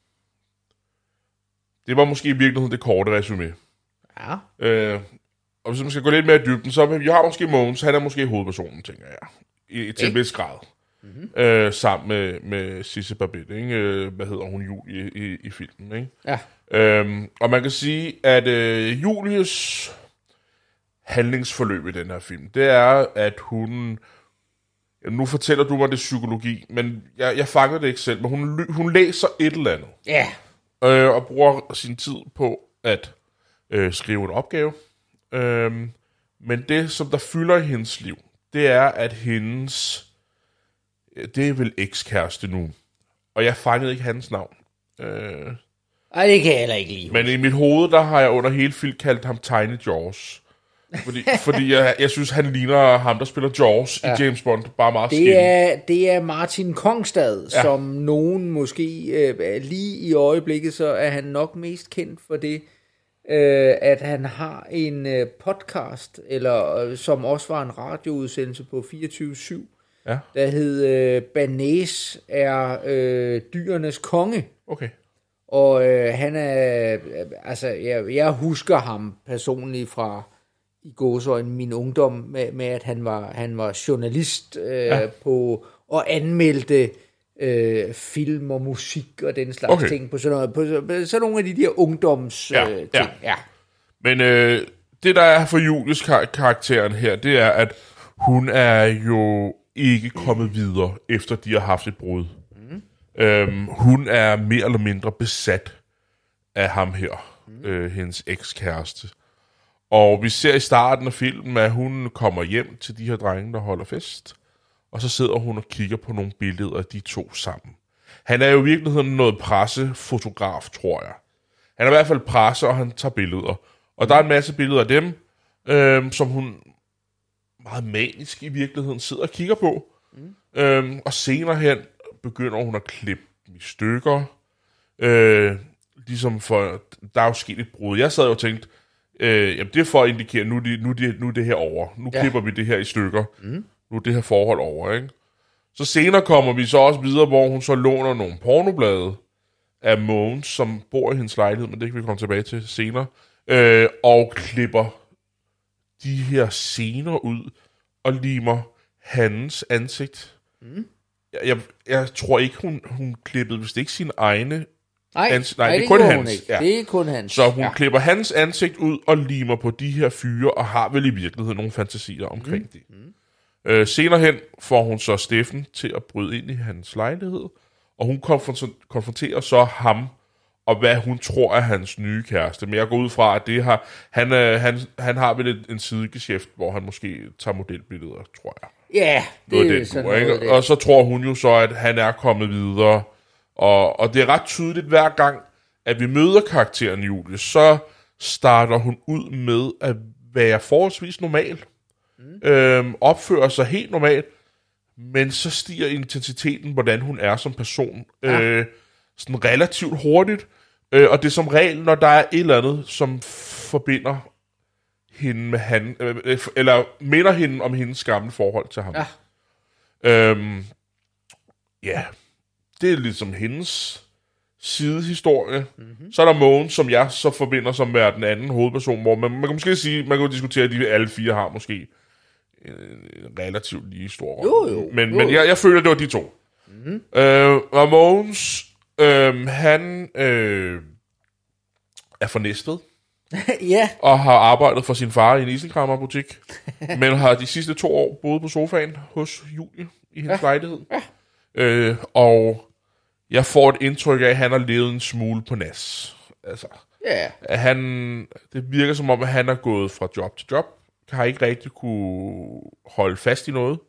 Det var måske i virkeligheden det korte resume. Ja. Og hvis man skal gå lidt mere i dybden, så vi har måske Mogens, han er måske hovedpersonen, tænker jeg. Til en vis grad. Mm-hmm. Sammen med Sisse Babette, ikke? Hvad hedder hun, Julie, i filmen, ikke? Ja. Og man kan sige, at Julies handlingsforløb i den her film, det er, at hun... Nu fortæller du mig det psykologi, men jeg fangede det ikke selv, men hun læser et eller andet. Ja. Og bruger sin tid på at skrive en opgave. Men det, som der fylder i hendes liv, det er, at hendes... Det er vel ekskæreste nu. Og jeg fangede ikke hans navn. Ej, det kan jeg heller ikke lide. Men i mit hoved, der har jeg under hele film kaldt ham Tiny Jaws. Fordi jeg synes, han ligner ham, der spiller Jaws i James Bond, bare meget skinny. Det er Martin Kongstad, som nogen måske lige i øjeblikket, så er han nok mest kendt for det, at han har en podcast, eller som også var en radioudsendelse på 24/7, der hed Banæs er dyrenes konge. Okay. Og han er, altså jeg husker ham personligt fra i gåseøjne min ungdom med at han var journalist på og anmeldte film og musik og den slags ting på sådan noget, på sådan nogle af de der ungdoms ting. Ja. Men det der er for Julies karakteren her, det er at hun er jo ikke kommet videre efter de har haft et brud. Hun er mere eller mindre besat af ham her, hendes ekskæreste. Og vi ser i starten af filmen, at hun kommer hjem til de her drenge, der holder fest. Og så sidder hun og kigger på nogle billeder af de to sammen. Han er jo i virkeligheden noget pressefotograf, tror jeg. Han er i hvert fald presse, og han tager billeder. Og der er en masse billeder af dem, som hun meget manisk i virkeligheden sidder og kigger på. Og senere hen begynder hun at klippe dem i stykker. Ligesom for, der er jo sket et brud. Jeg sad jo og tænkte, jamen det er for at indikere, nu er det her over. Nu klipper vi det her i stykker. Nu er det her forhold over, ikke? Så senere kommer vi så også videre, hvor hun så låner nogle pornoblade af Mogens, som bor i hendes lejlighed, men det kan vi komme tilbage til senere, og klipper de her scener ud og limer hans ansigt. Jeg tror ikke, hun klippede, hvis det ikke sin egne ansigt. Nej, det er kun hans. Ja. Det er kun hans. Så hun klipper hans ansigt ud og limer på de her fyre, og har vel i virkeligheden nogle fantasier omkring det. Senere hen får hun så Steffen til at bryde ind i hans lejlighed, og hun konfronterer så ham, og hvad hun tror er hans nye kæreste. Men jeg går ud fra, at det har, han har vel en sidegeschæft, hvor han måske tager modelbilleder, tror jeg. Ja, det er sådan noget. Og så tror hun jo så, at han er kommet videre. Og det er ret tydeligt hver gang, at vi møder karakteren Julie, så starter hun ud med at være forholdsvis normal. Opfører sig helt normalt, men så stiger intensiteten, hvordan hun er som person, sådan relativt hurtigt. Og det er som regel, når der er et eller andet, som forbinder hende med han, eller minder hende om hendes gamle forhold til ham. Det er ligesom hendes sidehistorie. Så er der Mogens, som jeg så forbinder som være den anden hovedperson, hvor man kan måske sige, man kan diskutere, at de alle fire har måske en relativt lige stor rolle. Men jeg føler, det var de to. Og Mogens, han er fra Næstved. Og har arbejdet for sin far i en isenkræmmerbutik, men har de sidste 2 år boet på sofaen hos Julie i hendes lejlighed. Og jeg får et indtryk af, at han har levet en smule på nas. Altså, det virker som om, at han er gået fra job til job, har ikke rigtig kunne holde fast i noget.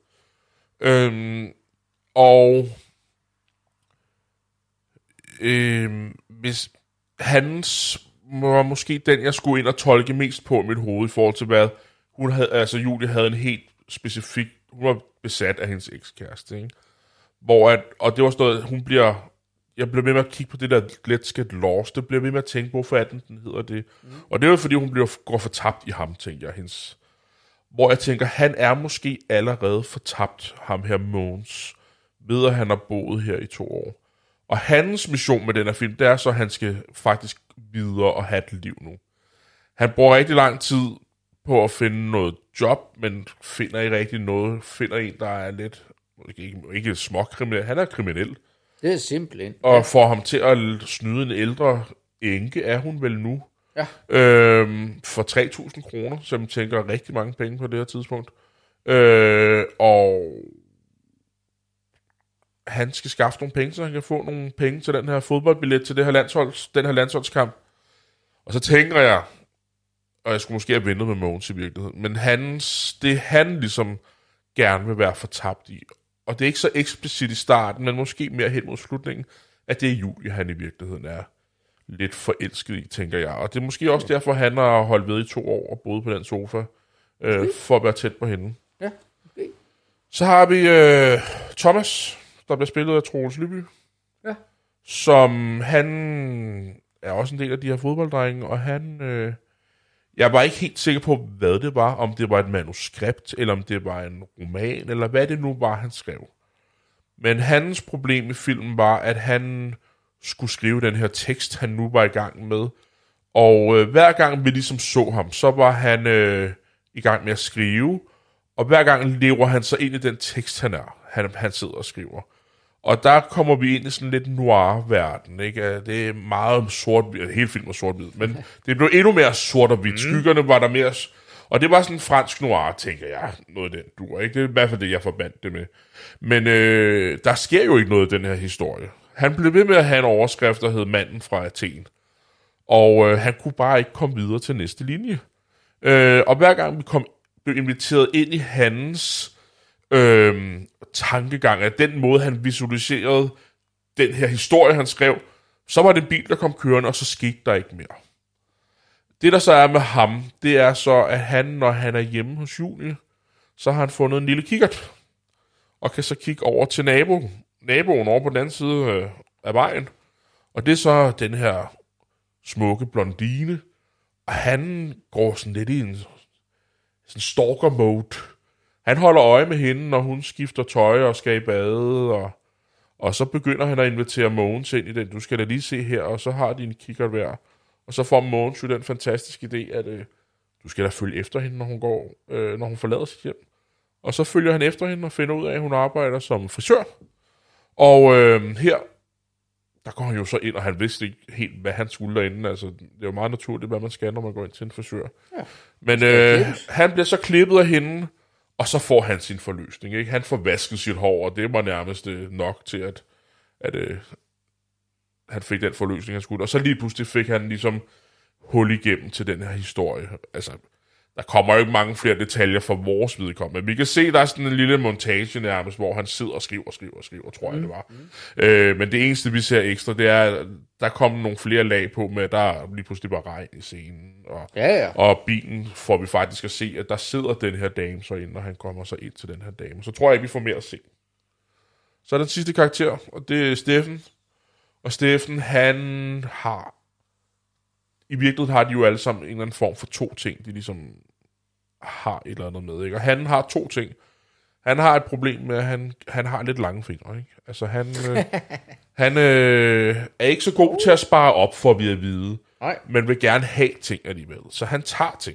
Hvis hans var måske den, jeg skulle ind og tolke mest på i mit hoved, i forhold til hvad hun havde, altså Julie havde en helt specifik, hun var besat af hendes ekskæreste, ikke? Og det var sådan noget, jeg blev ved med at kigge på det der Let's Get Lost, det blev ved med at tænke, hvorfor er den hedder det? Og det var fordi, hun går fortabt i ham, tænker jeg, hvor jeg tænker, han er måske allerede fortabt, ham her Mogens, ved at han har boet her i 2 år. Og hans mission med den her film, det er så, at han skal faktisk videre og have et liv nu. Han bruger rigtig lang tid på at finde noget job, men finder ikke rigtig noget. Finder en, der er lidt, ikke småkriminel, han er kriminel. Det er simpelthen. Og får ham til at snyde en ældre enke, er hun vel nu, for 3.000 kroner, som tænker rigtig mange penge på det her tidspunkt. Og han skal skaffe nogle penge, så han kan få nogle penge til den her fodboldbillet, til den her landsholdskamp. Og så tænker jeg, og jeg skulle måske have ventet med Mogens i virkeligheden, men det han ligesom gerne vil være fortabt i, og det er ikke så eksplicit i starten, men måske mere hen mod slutningen, at det er Julie, han i virkeligheden er lidt forelsket i, tænker jeg. Og det er måske også derfor, han har holdt ved i 2 år og boet på den sofa, for at være tæt på hende. Ja, okay. Så har vi Thomas, der bliver spillet af Troels Lyby. Ja. Som han er også en del af de her fodbolddrenge, og han... jeg var ikke helt sikker på, hvad det var, om det var et manuskript, eller om det var en roman, eller hvad det nu var, han skrev. Men hans problem i filmen var, at han skulle skrive den her tekst, han nu var i gang med. Og hver gang vi ligesom så ham, så var han i gang med at skrive, og hver gang lever han sig ind i den tekst, han sidder og skriver. Og der kommer vi ind i sådan lidt noir-verden, ikke? Det er meget sort-hvid, hele filmen er sort-hvid, men det blev endnu mere sort og hvidt. Skyggerne var der mere... Og det var sådan en fransk noir, tænker jeg, noget af den dur, ikke? Det er i hvert fald det, jeg forbandt det med. Men der sker jo ikke noget i den her historie. Han blev ved med at have en overskrift, der hed Manden fra Athen. Og han kunne bare ikke komme videre til næste linje. Og hver gang vi blev inviteret ind i hans tankegang, at den måde, han visualiserede den her historie, han skrev, så var det en bil, der kom kørende, og så skete der ikke mere. Det, der så er med ham, det er så, at han, når han er hjemme hos Julie, så har han fundet en lille kikkert, og kan så kigge over til naboen over på den anden side af vejen. Og det er så den her smukke blondine, og han går sådan lidt i en sådan stalker-mode. Han holder øje med hende, når hun skifter tøj og skal i bade, og så begynder han at invitere Mogens ind i den. Du skal da lige se her, og så har de en kikkert hver. Og så får Mogens jo den fantastiske idé, at du skal da følge efter hende, når hun forlader sit hjem. Og så følger han efter hende og finder ud af, at hun arbejder som frisør. Og her, der går han jo så ind, og han vidste ikke helt, hvad han skulle derinde. Altså, det er jo meget naturligt, hvad man skal, når man går ind til en frisør. Ja. Men han bliver så klippet af hende, og så får han sin forløsning. Ikke? Han får vasket sit hår, og det var nærmest nok til, at han fik den forløsning, han skulle. Og så lige pludselig fik han ligesom hul igennem til den her historie. Altså, der kommer jo ikke mange flere detaljer fra vores vedkommende. Vi kan se, der er sådan en lille montage nærmest, hvor han sidder og skriver, tror jeg det var. Men det eneste, vi ser ekstra, det er, at der kommer nogle flere lag på, med der lige pludselig bare regn i scenen. Og bilen får vi faktisk at se, at der sidder den her dame så inde, og han kommer så ind til den her dame. Så tror jeg ikke, vi får mere at se. Så er den sidste karakter, og det er Steffen. Og Steffen, han har... I virkeligheden har de jo alle sammen en eller anden form for 2 ting, de ligesom har et eller andet med, ikke? Og han har 2 ting. Han har et problem med, at han har lidt lange fingre, ikke? Altså, han er ikke så god til at spare op, for vi at vide. Nej. Men vil gerne have ting alligevel. Så han tager ting.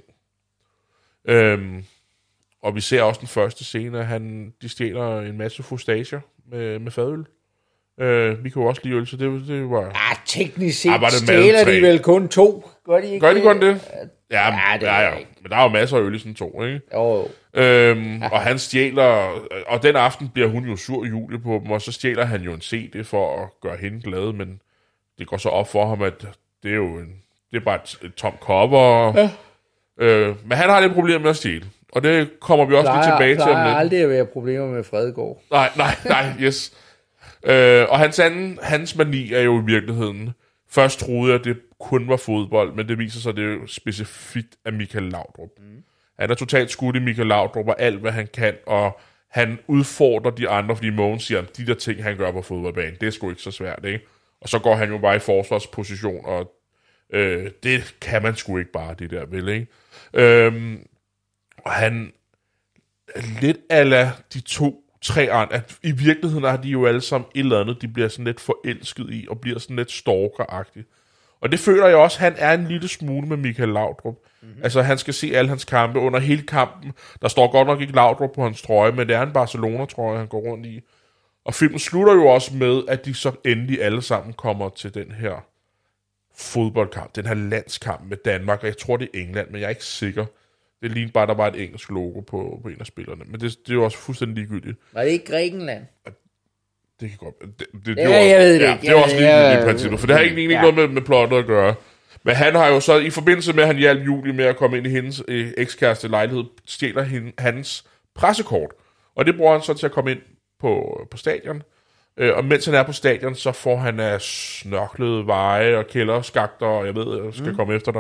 Og vi ser også den første scene, at de stjæler en masse fustager med fadøl. Vi kan jo også lide øl, så det var... Ja, teknisk set stjæler de vel kun 2. Gør de ikke? Gør de kun det? Ja. Men der er jo masser af øl i sådan 2, ikke? Jo. Og han stjæler... Og den aften bliver hun jo sur Julie på dem, og så stjæler han jo en CD for at gøre hende glad, men det går så op for ham, at det er jo det er bare et tomt cover. Ja. Men han har lidt problemer med at stjæle. Og det kommer vi også lidt tilbage til. Der er aldrig at være problemer med Fredegård. Nej, yes. Og hans mani er jo i virkeligheden... Først troede jeg, at det kun var fodbold, men det viser sig, at det er jo specifikt af Michael Laudrup. Han er totalt skudt i Michael Laudrup og alt, hvad han kan, og han udfordrer de andre, fordi Mogens siger, at de der ting, han gør på fodboldbanen, det er sgu ikke så svært, ikke? Og så går han jo bare i forsvarsposition, og det kan man sgu ikke bare, det der vel, ikke? Og han lidt ala de 2-3 andre, at i virkeligheden har de jo alle sammen et eller andet, de bliver sådan lidt forelsket i, og bliver sådan lidt stalker-agtigt. Og det føler jeg også, han er en lille smule med Michael Laudrup. Mm-hmm. Altså, han skal se alle hans kampe under hele kampen. Der står godt nok ikke Laudrup på hans trøje, men det er en Barcelona-trøje, han går rundt i. Og filmen slutter jo også med, at de så endelig alle sammen kommer til den her fodboldkamp, den her landskamp med Danmark, og jeg tror, det er England, men jeg er ikke sikker. Det lignede bare, der var et engelsk logo på en af spillerne. Men det er jo også fuldstændig ligegyldigt. Var det ikke Grækenland? Det kan godt... Jeg ved det ikke. Det er også ligegyldigt i princippet, for det har ikke noget med plottet at gøre. Men han har jo så, i forbindelse med, at han hjalp Julie med at komme ind i hendes ekskæreste lejlighed, stjæler hans pressekort. Og det bruger han så til at komme ind på stadion. Og mens han er på stadion, så får han af snørklede veje og kælderskakter, og jeg ved, jeg skal komme efter dig,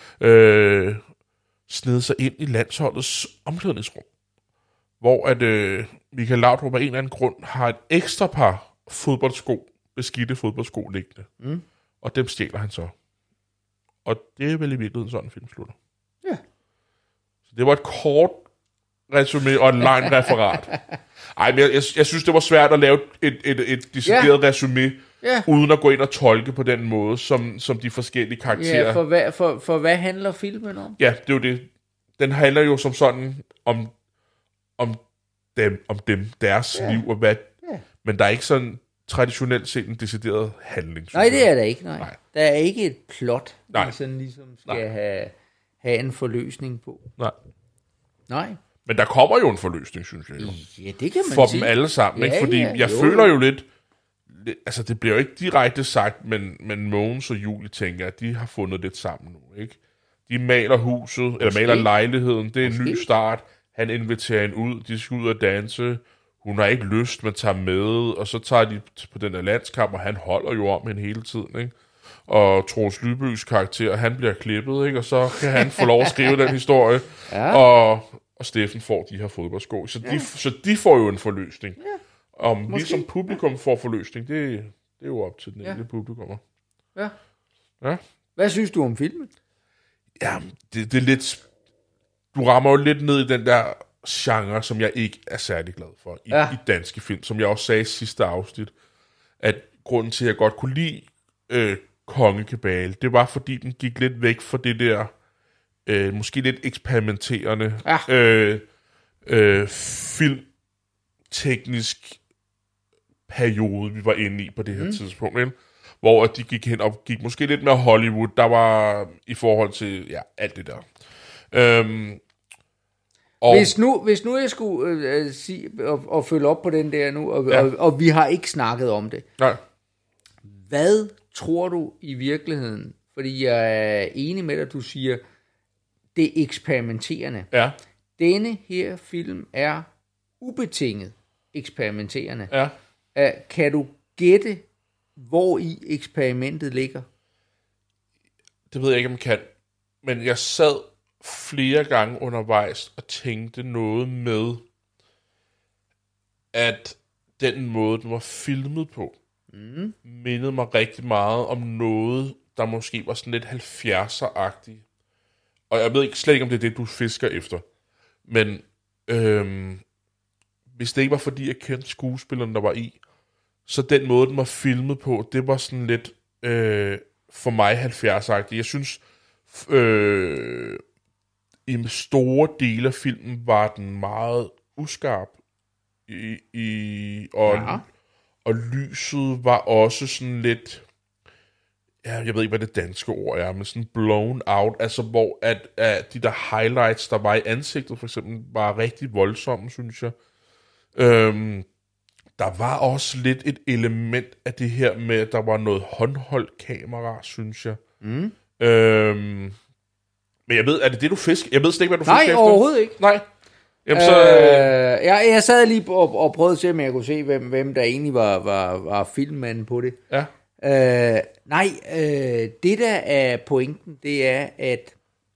snede sig ind i landsholdets omklædningsrum, hvor at Michael Laudrup af en eller anden grund har et ekstra par beskidte fodboldsko liggende. Og dem stjæler han så. Og det er vel i virkeligheden sådan, en film slutter. Ja. Så det var et kort resumé og en lang referat. Ej, men jeg synes, det var svært at lave et decideret resumé, uden at gå ind og tolke på den måde, som de forskellige karakterer. Ja, for hvad handler filmen om? Ja, det er jo det. Den handler jo som sådan om dem, deres liv og hvad. Ja. Men der er ikke sådan traditionelt set en decideret handling. Nej, det er der ikke. Nej. Der er ikke et plot, der sådan ligesom skal have en forløsning på. Nej. Men der kommer jo en forløsning, synes jeg jo. Ja, det kan man for sige. Dem alle sammen, ikke? Fordi jeg føler jo lidt, altså det bliver jo ikke direkte sagt, men Mogens og Julie tænker, at de har fundet lidt sammen nu, ikke? De maler huset, eller maler lejligheden, det er en ny start. Han inviterer hende ud, de skal ud og danse. Hun har ikke lyst, men tager med, og så tager de på den der landskamp, og han holder jo om hende hele tiden, ikke? Og Troels Lybøs karakter, han bliver klippet, ikke? Og så kan han få lov at skrive den historie, og Steffen får de her fodboldsko. Så de får jo en forløsning. Ja. Om vi som publikum får forløsning, det er jo op til den enkelte publikummer. Ja. Hvad synes du om filmen? Ja, det er lidt... Du rammer jo lidt ned i den der genre, som jeg ikke er særlig glad for i danske film. Som jeg også sagde i sidste afsnit, at grunden til, at jeg godt kunne lide Kongekabale, det var, fordi den gik lidt væk fra det der måske lidt eksperimenterende filmteknisk periode, vi var inde i på det her tidspunkt, ikke? Hvor at de gik hen og gik måske lidt mere Hollywood, der var i forhold til alt det der. Hvis nu jeg skulle sige og følge op på den der nu, og vi har ikke snakket om det. Nej. Hvad tror du i virkeligheden, fordi jeg er enig med dig, du siger, det er eksperimenterende. Ja. Denne her film er ubetinget eksperimenterende. Ja. Kan du gætte, hvor i eksperimentet ligger? Det ved jeg ikke, om jeg kan. Men jeg sad flere gange undervejs og tænkte noget med, at den måde, den var filmet på, mindede mig rigtig meget om noget, der måske var sådan lidt 70'er-agtigt. Og jeg ved slet ikke, om det er det, du fisker efter. Men hvis det ikke var, fordi jeg kendte skuespilleren, der var i, så den måde, den var filmet på, det var sådan lidt for mig 70'er-agtigt. Jeg synes, i store dele af filmen var den meget uskarp. Og lyset var også sådan lidt... Ja, jeg ved ikke, hvad det danske ord er, men sådan blown out, altså hvor at de der highlights, der var i ansigtet for eksempel, var rigtig voldsomme, synes jeg. Der var også lidt et element af det her med, at der var noget håndholdt kamera, synes jeg. Men jeg ved, er det du fisker? Jeg ved slet ikke, hvad du fisker efter. Nej, overhovedet ikke. Nej. Jamen, så, jeg sad lige og prøvede at se, om jeg kunne se, hvem der egentlig var filmmanden på det. Ja. Det der er pointen, det er, at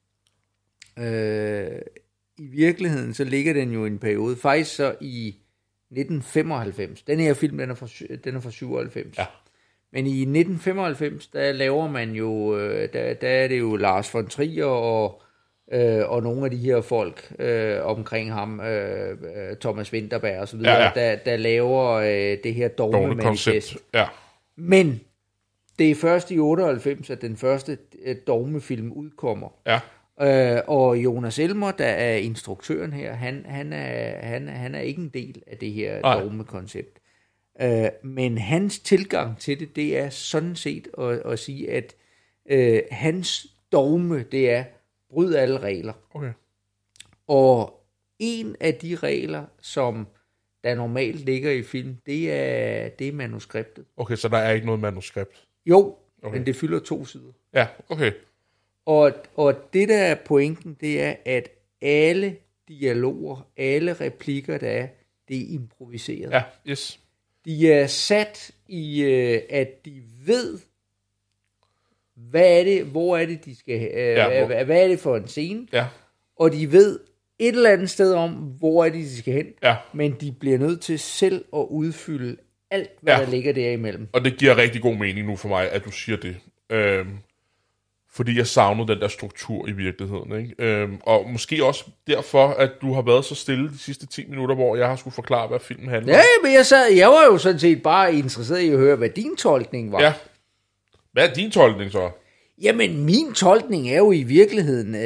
i virkeligheden, så ligger den jo i en periode, faktisk så i 1995. Den her film, den er fra 97. Ja. Men i 1995, der laver man jo, der er det jo Lars von Trier og nogle af de her folk omkring ham, Thomas Vinterberg og så videre, der laver det her dogme-manifest. Ja. Men det er først i 98, at den første dogmefilm udkommer. Ja. Og Jonas Elmer, der er instruktøren her, han er ikke en del af det her dogme-koncept. Men hans tilgang til det er sådan set at sige, at hans dogme, det er bryd alle regler. Okay. Og en af de regler, som der normalt ligger i film, det er manuskriptet. Okay, så der er ikke noget manuskript? Jo, men det fylder 2 sider. Ja, okay. Og det der er pointen, det er, at alle dialoger, alle replikker, der er, det er improviseret. Ja, yes. De er sat i, at de ved, hvad er det, hvor er det, de skal, hvad er det for en scene, og de ved et eller andet sted om, hvor er det, de skal hen, men de bliver nødt til selv at udfylde alt, hvad der ligger derimellem. Og det giver rigtig god mening nu for mig, at du siger det. Fordi jeg savnede den der struktur i virkeligheden. Ikke? Og måske også derfor, at du har været så stille de sidste 10 minutter, hvor jeg har skulle forklare, hvad filmen handler om. Ja, men jeg var jo sådan set bare interesseret i at høre, hvad din tolkning var. Ja. Hvad er din tolkning så? Jamen, min tolkning er jo i virkeligheden,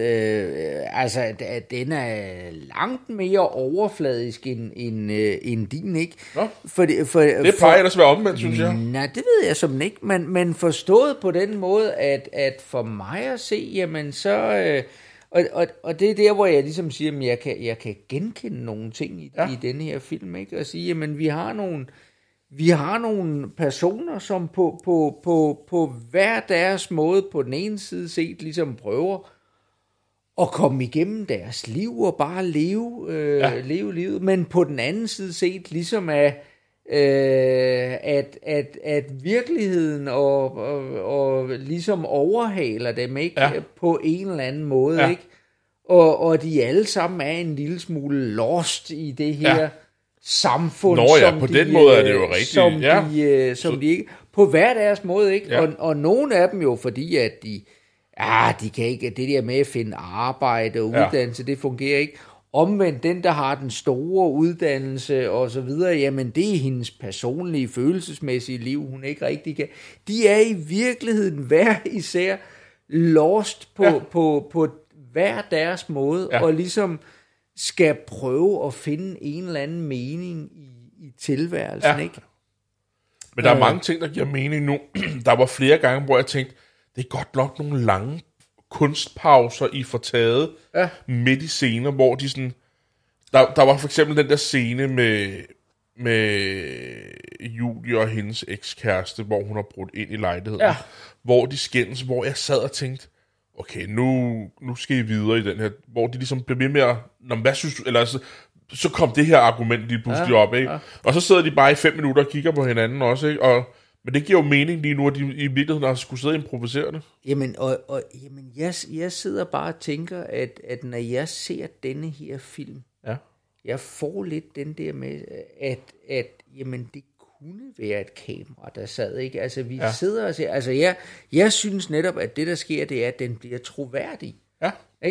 at den er langt mere overfladisk end din, ikke? Nå, det plejer ellers at være omvendt, synes jeg. Nej, det ved jeg som ikke, men forstået på den måde, at for mig at se, jamen så... Og det er der, hvor jeg ligesom siger, at jeg kan genkende nogle ting i denne her film, ikke? Og sige, jamen vi har nogle personer, som på hver deres måde på den ene side set ligesom prøver at komme igennem deres liv og bare leve livet, men på den anden side set ligesom at virkeligheden og ligesom overhaler dem, ikke, på en eller anden måde, ikke, og de alle sammen er en lille smule lost i det her samfund. Nå ja, på den måde er det jo rigtigt. Som de ikke, på hver deres måde, ikke, og nogle af dem jo, fordi at de kan ikke, det der med at finde arbejde og uddannelse, det fungerer ikke. Omvendt, den, der har den store uddannelse og så videre, jamen det er hendes personlige, følelsesmæssige liv, hun ikke rigtig kan. De er i virkeligheden hver især lost på hver deres måde, og ligesom skal prøve at finde en eller anden mening i tilværelsen, ikke? Men der er mange ting, der giver mening nu. Der var flere gange, hvor jeg tænkte, det er godt nok nogle lange kunstpauser, I får taget midt i scener, hvor de sådan... Der var for eksempel den der scene med Julie og hendes ekskæreste, hvor hun har brudt ind i lejligheden, hvor de skændes, hvor jeg sad og tænkte, okay, nu skal I videre i den her, hvor de ligesom bliver ved med at... Hvad synes du? Eller så kom det her argument lige pludselig op, ikke? Og så sidder de bare i 5 minutter og kigger på hinanden også, ikke? Men det giver jo mening lige nu, at de i virkeligheden har skulle sidde og improvisere det. Jamen, jamen jeg sidder bare og tænker, at når jeg ser denne her film, jeg får lidt den der med, at jamen, det kunne være et kamera, der sad, ikke? Altså, vi sidder og ser... Altså, jeg synes netop, at det, der sker, det er, at den bliver troværdig. Ja.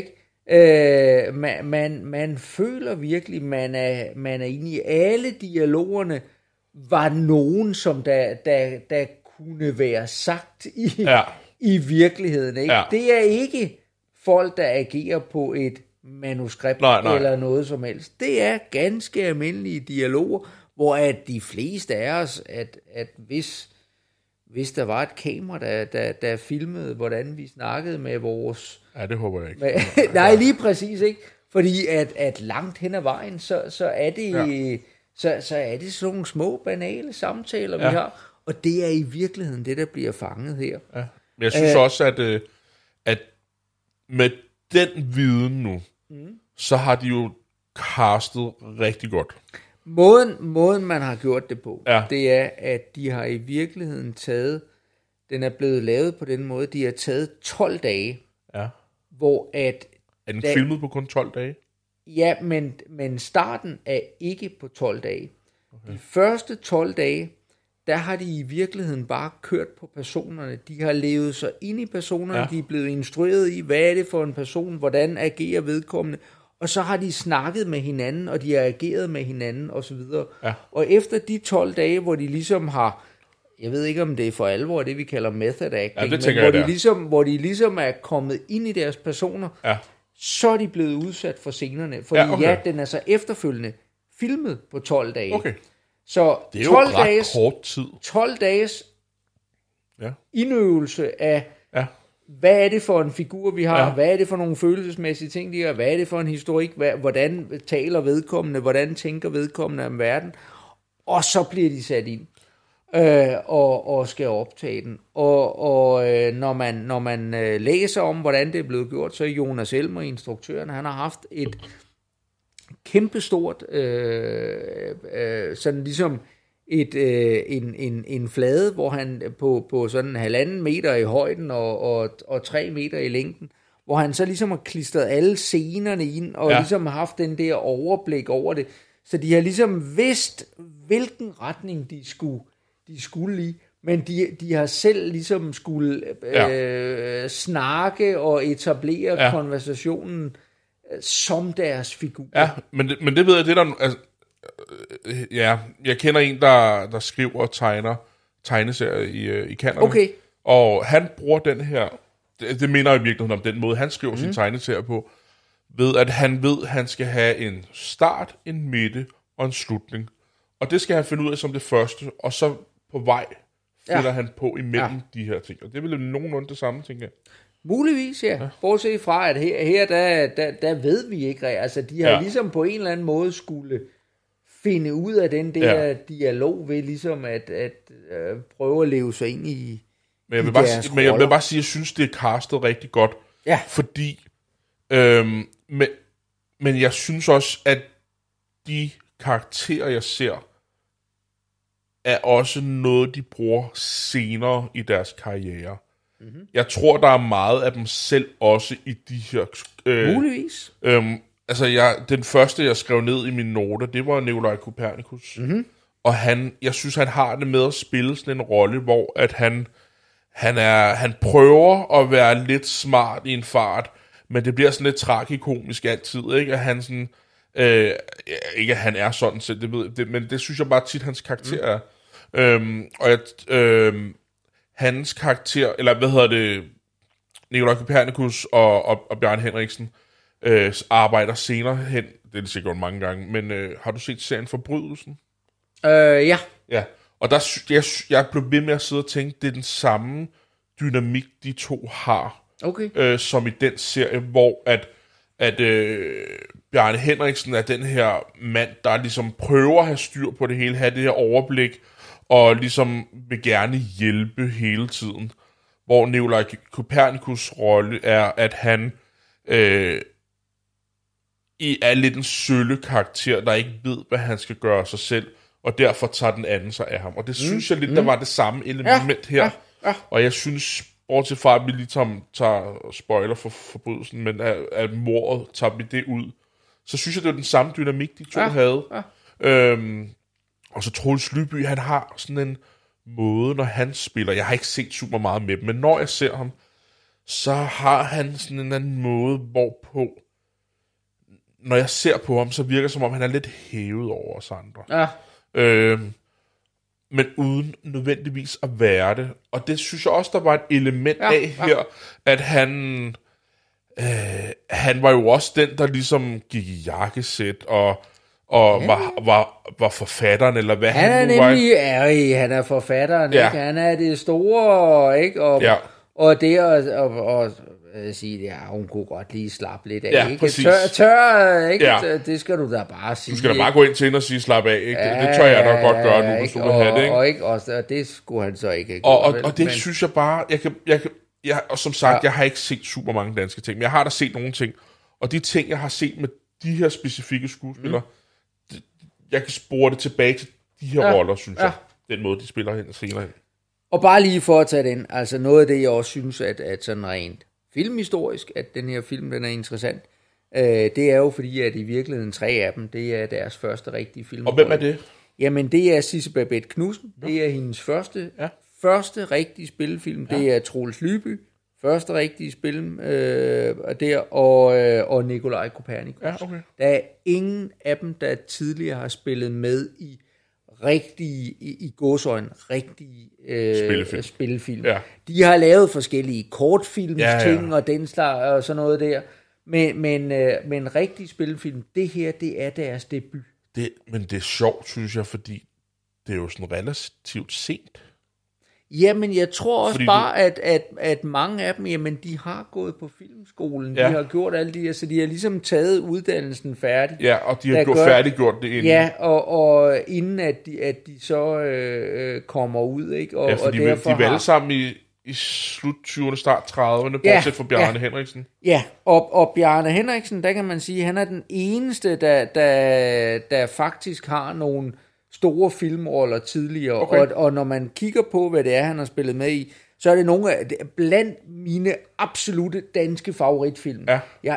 Ikke? Man føler virkelig, man er inde i alle dialogerne, var nogen, som der kunne være sagt i virkeligheden. Ikke? Ja. Det er ikke folk, der agerer på et manuskript eller noget som helst. Det er ganske almindelige dialoger, hvor at de fleste af os, at hvis der var et kamera, der filmede, hvordan vi snakkede med vores... Ja, det håber jeg ikke. Nej, lige præcis, ikke? Fordi at langt hen ad vejen, så er det... Ja. Så er det sådan nogle små, banale samtaler, vi har. Og det er i virkeligheden det, der bliver fanget her. Ja. Men jeg synes også, at med den viden nu, så har de jo castet rigtig godt. Måden man har gjort det på, det er, at de har i virkeligheden den er blevet lavet på den måde, de har taget 12 dage, hvor at... Er den filmet på kun 12 dage? Ja, men starten er ikke på 12 dage. Okay. De første 12 dage, der har de i virkeligheden bare kørt på personerne. De har levet sig ind i personerne, de er blevet instrueret i, hvad er det for en person, hvordan agerer vedkommende, og så har de snakket med hinanden, og de har ageret med hinanden, osv. Ja. Og efter de 12 dage, hvor de ligesom har, jeg ved ikke om det er for alvor, det vi kalder method acting, men hvor de ligesom er kommet ind i deres personer, så er de blevet udsat for scenerne. Fordi den er så efterfølgende filmet på 12 dage. Okay. Så det er 12 jo ret kort tid. 12 dages indøvelse af, hvad er det for en figur, vi har? Hvad er det for nogle følelsesmæssige ting, de har? Hvad er det for en historik? Hvordan taler vedkommende? Hvordan tænker vedkommende om verden? Og så bliver de sat ind og skal optage den. Og når man læser om, hvordan det er blevet gjort, så er Jonas Elmer, instruktøren, han har haft et kæmpestort sådan ligesom en flade, hvor han på sådan 1,5 meter i højden og 3 meter i længden, hvor han så ligesom har klistret alle scenerne ind, og ligesom har haft den der overblik over det. Så de har ligesom vidst, hvilken retning de skulle i, men de har selv ligesom skulle snakke og etablere konversationen som deres figur. Ja, men det ved jeg, det der... Altså, jeg kender en, der skriver og tegner tegneserier i Canada. Okay. Og han bruger den her... Det minder i virkeligheden om den måde, han skriver sin tegneserier på, ved at han ved, at han skal have en start, en midte og en slutning. Og det skal han finde ud af som det første, og så på vej finder han på imellem de her ting. Og det er vel nogenlunde det samme, tænker jeg. Muligvis, ja. Bortset fra, at her der ved vi ikke. Altså, de har ligesom på en eller anden måde skulle finde ud af den der dialog ved ligesom at prøve at leve sig ind i men jeg vil bare sige, at jeg synes, det er castet rigtig godt. Ja. Fordi, men jeg synes også, at de karakterer, jeg ser, er også noget, de bruger senere i deres karriere. Mm-hmm. Jeg tror, der er meget af dem selv også i de her... Muligvis. Altså, den første, jeg skrev ned i mine noter, det var Nikolaj Kopernikus. Mm-hmm. Og jeg synes, han har det med at spille sådan en rolle, hvor at han prøver at være lidt smart i en fart, men det bliver sådan lidt tragikomisk altid, ikke? At han sådan... ikke at han er sådan selv, men det synes jeg bare tit, hans karakter er. Hans karakter, eller Nikolaj Kopernikus og Bjarne Henriksen arbejder senere hen, det er det sikkert mange gange, men har du set serien Forbrydelsen? Ja. Ja, og jeg blev ved med at sidde og tænke, det er den samme dynamik, de to har, som i den serie, hvor at Bjarne Henriksen er den her mand, der ligesom prøver at have styr på det hele, have det her overblik, og ligesom vil gerne hjælpe hele tiden. Hvor Nikolaj Kopernikus' rolle er, at han er lidt en sølle karakter, der ikke ved, hvad han skal gøre sig selv, og derfor tager den anden sig af ham. Og det synes jeg lidt, der var det samme element her. Ja. Og jeg synes, bortset fra, at vi lige tager spoiler for forbrydelsen, men at mordet tager vi det ud, så synes jeg, det er den samme dynamik, de to havde. Ja. Og så Troels Lyby, han har sådan en måde, når han spiller, jeg har ikke set super meget med dem, men når jeg ser ham, så har han sådan en anden måde, hvorpå, når jeg ser på ham, så virker det, som om han er lidt hævet over os andre. Ja. Men uden nødvendigvis at være det. Og det synes jeg også, der var et element af her, at han var jo også den, der ligesom gik i jakkesæt og var forfatteren, eller hvad han nu var. Han er forfatteren, ikke? Han er det store, ikke? Og det at sige, hun kunne godt lige slappe lidt af, ikke? Tør, ikke? Ja. Det skal du da bare sige. Du skal da bare gå ind til hende og sige, slap af, ikke? Det tør jeg da godt gøre nu, hvis du vil have det, ikke? Og det skulle han så ikke. Og det synes jeg bare, og som sagt, jeg har ikke set super mange danske ting, men jeg har da set nogle ting, og de ting, jeg har set med de her specifikke skuespillere, jeg kan spore det tilbage til de her roller, synes jeg. Den måde, de spiller hen senere hen. Og bare lige for at tage den, altså noget af det, jeg også synes, at sådan rent filmhistorisk, at den her film, den er interessant, det er jo fordi, at i virkeligheden 3 af dem, det er deres første rigtige film. Og hvem er det? Jamen, det er Sisse Babette Knudsen. Det er hendes første rigtige spillefilm. Det er Troels Lyby. Første rigtige spil og Nikolaj Kopernikus. Ja, okay. Der er ingen af dem, der tidligere har spillet med i rigtige, i gåseøjne, rigtige spillefilm. Ja. De har lavet forskellige kortfilmsting og den slags og sådan noget der. Men rigtige spillefilm, det her, det er deres debut. Men det er sjovt, synes jeg, fordi det er jo sådan relativt sent. Jamen, jeg tror også at mange af dem, jamen, de har gået på filmskolen. De har gjort alle de her, så de har ligesom taget uddannelsen færdig. Ja, og de har færdiggjort det inden. Ja, og inden at de så kommer ud, ikke? Og fordi de er alle sammen i slut 20'erne, start 30'erne, bortset fra Bjarne Henriksen. Ja, og Bjarne Henriksen, der kan man sige, han er den eneste, der faktisk har nogle store filmroller tidligere, og når man kigger på, hvad det er, han har spillet med i, så er det nogle af blandt mine absolutte danske favoritfilm. Ja.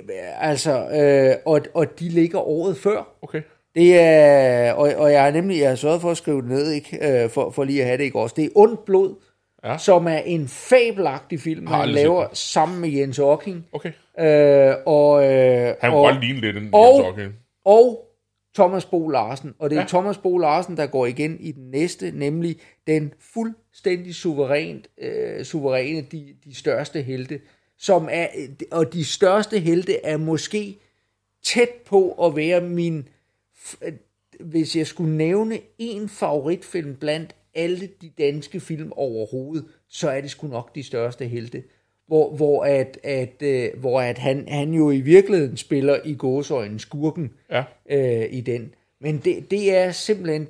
Og de ligger året før. Okay. Det er, og jeg har sørget for at skrive det ned, ikke? For lige at have det, ikke også. Det er Ondt Blod, som er en fabelagtig film, han laver sammen med Jens Ocking. Okay. Han kunne godt ligne lidt en Jens Ocking. Og Thomas Bo Larsen. Og det er Thomas Bo Larsen, der går igen i den næste, nemlig den fuldstændig suveræne, de største helte, som er, og de største helte er måske tæt på at være min, hvis jeg skulle nævne en favoritfilm blandt alle de danske film overhovedet, så er det sgu nok de største helte. Hvor at han jo i virkeligheden spiller i gåseøjne skurken i den. Men det er simpelthen,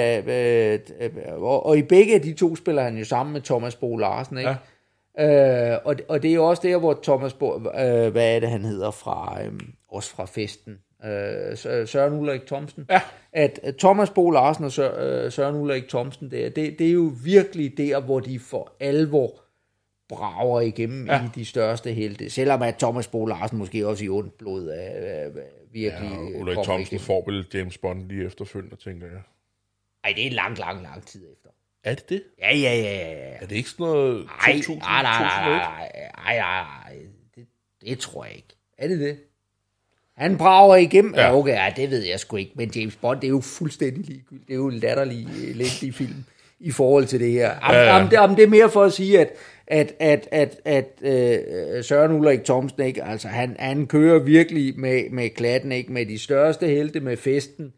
og i begge af de to spiller han jo sammen med Thomas Bo Larsen, ikke? Ja. Og det er jo også der, hvor Thomas Bo, hvad er det han hedder også fra festen, Søren Ulrik Thomsen. Ja. At Thomas Bo Larsen og Søren Ulrik Thomsen, det er jo virkelig der, hvor de for alvor brager igennem i de største helte. Selvom at Thomas Bo Larsen måske også i Ondt Blod er virkelig... Ja, Ulrik Thomsen får vel James Bond lige efterfølgende, tænker jeg. Ej, det er lang tid efter. Er det det? Ja. Er det ikke sådan noget 2000? Nej. Det tror jeg ikke. Er det? Han brager igennem. Ja. Okay, det ved jeg sgu ikke. Men James Bond, det er jo fuldstændig ligegyldigt. Det er jo latterlig elendig film i forhold til det her. Jamen, det er mere for at sige, at Søren Ulrik Thomsen, ikke? Altså, han kører virkelig med klatten, ikke? Med de største helte, med festen,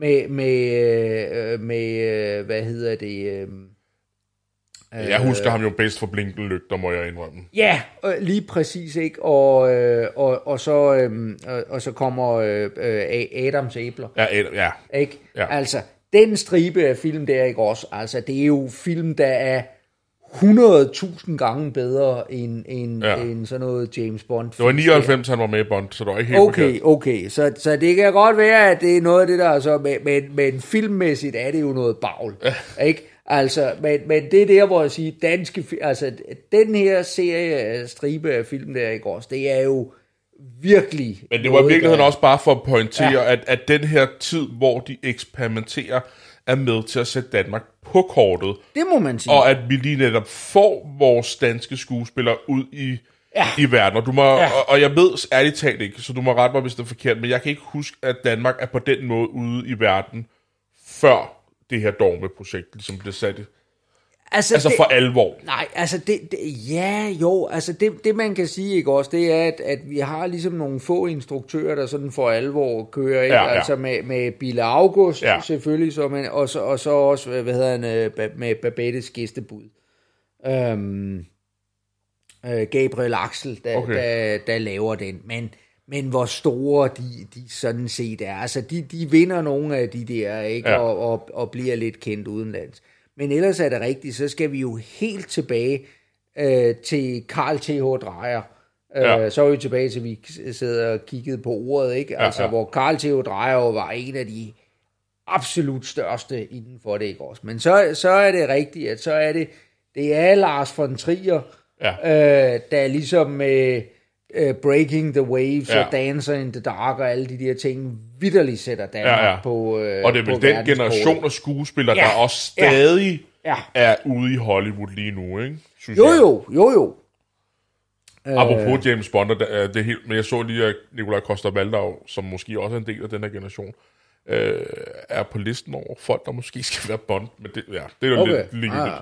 med hvad hedder det... Jeg husker ham jo bedst for Blinkende Lygter, må jeg indrømme. Ja, lige præcis, ikke? Og så kommer Adams æbler. Ja. Ikke? Ja. Altså, den stribe af film der, ikke også? Altså, det er jo film, der er 100.000 gange bedre end sådan noget James Bond. Det var 99, han var med i Bond, så det var ikke helt okay. Så det kan godt være, at det er noget af det der, så, men filmmæssigt er det jo noget bagl, ikke? Altså, men det er der, hvor jeg siger, altså, den her serie stribe af film der, ikke også? Det er jo virkelig... Men det var i virkeligheden også bare for at pointere, at den her tid, hvor de eksperimenterer, er med til at sætte Danmark på kortet. Det må man sige. Og at vi lige netop får vores danske skuespillere ud i verden. Og, og jeg ved ærligt talt ikke, så du må rette mig, hvis det er forkert, men jeg kan ikke huske, at Danmark er på den måde ude i verden, før det her dogmeprojekt ligesom blev sat i. Altså for alvor. Nej, altså det man kan sige, ikke også, det er, at vi har ligesom nogle få instruktører, der sådan for alvor kører, ikke? Altså med Bille August selvfølgelig, og så også, hvad hedder han, med Babettes gæstebud. Gabriel Axel, der laver den, men hvor store de sådan set er. Altså de vinder nogle af de der, ikke? Og bliver lidt kendt udenlands. Men ellers er det rigtigt, så skal vi jo helt tilbage til Carl Th. Dreyer. Så er vi tilbage til, vi sidder og kiggede på ordet, ikke? Altså, hvor Carl Th. Dreyer var en af de absolut største inden for det, ikke også? Men så er det rigtigt, at så er det er Lars von Trier, der ligesom med Breaking the Waves og Dancer in the Dark og alle de der ting vitterligt sætter Danmark på og det er vel den generation af skuespillere, der også stadig er ude i Hollywood lige nu, ikke? Jo. Apropos James Bond, det er helt, men jeg så lige, at Nikolaj Coster-Waldau, som måske også er en del af den her generation, er på listen over folk, der måske skal være Bond, men det er jo lidt ligegyldigt.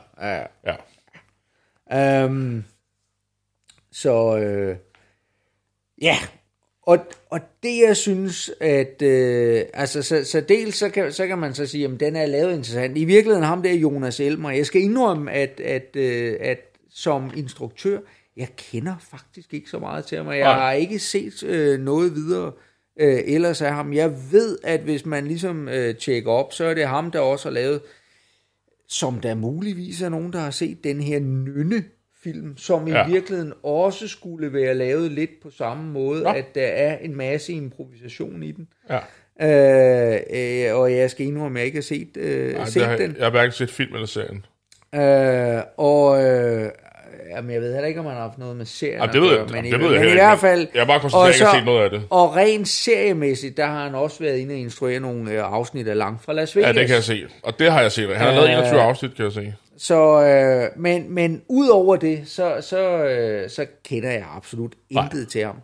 Og det jeg synes, at så dels så kan man så sige, at den er lavet interessant. I virkeligheden ham der Jonas Elmer. Jeg skal indrømme, at som instruktør, jeg kender faktisk ikke så meget til ham, og jeg har ikke set noget videre ellers af ham. Jeg ved, at hvis man ligesom tjekker op, så er det ham, der også har lavet, som der muligvis er nogen, der har set den her Nynne-film, som i virkeligheden også skulle være lavet lidt på samme måde, at der er en masse improvisation i den. Og jeg skal indrømme, at jeg ikke har set, den. Jeg har hverken set film eller serien. Jamen, jeg ved heller ikke, om man har haft noget med serien det ved jeg, men det ved jeg i hvert fald. Jeg har bare konstateret, at jeg ikke har set noget af det. Og rent seriemæssigt, der har han også været inde og instruere nogle afsnit af Langt fra Las Vegas. Ja, det kan jeg se. Og det har jeg set. Han har lavet 21 afsnit, kan jeg se. Så, men ud over det, så kender jeg absolut intet til ham.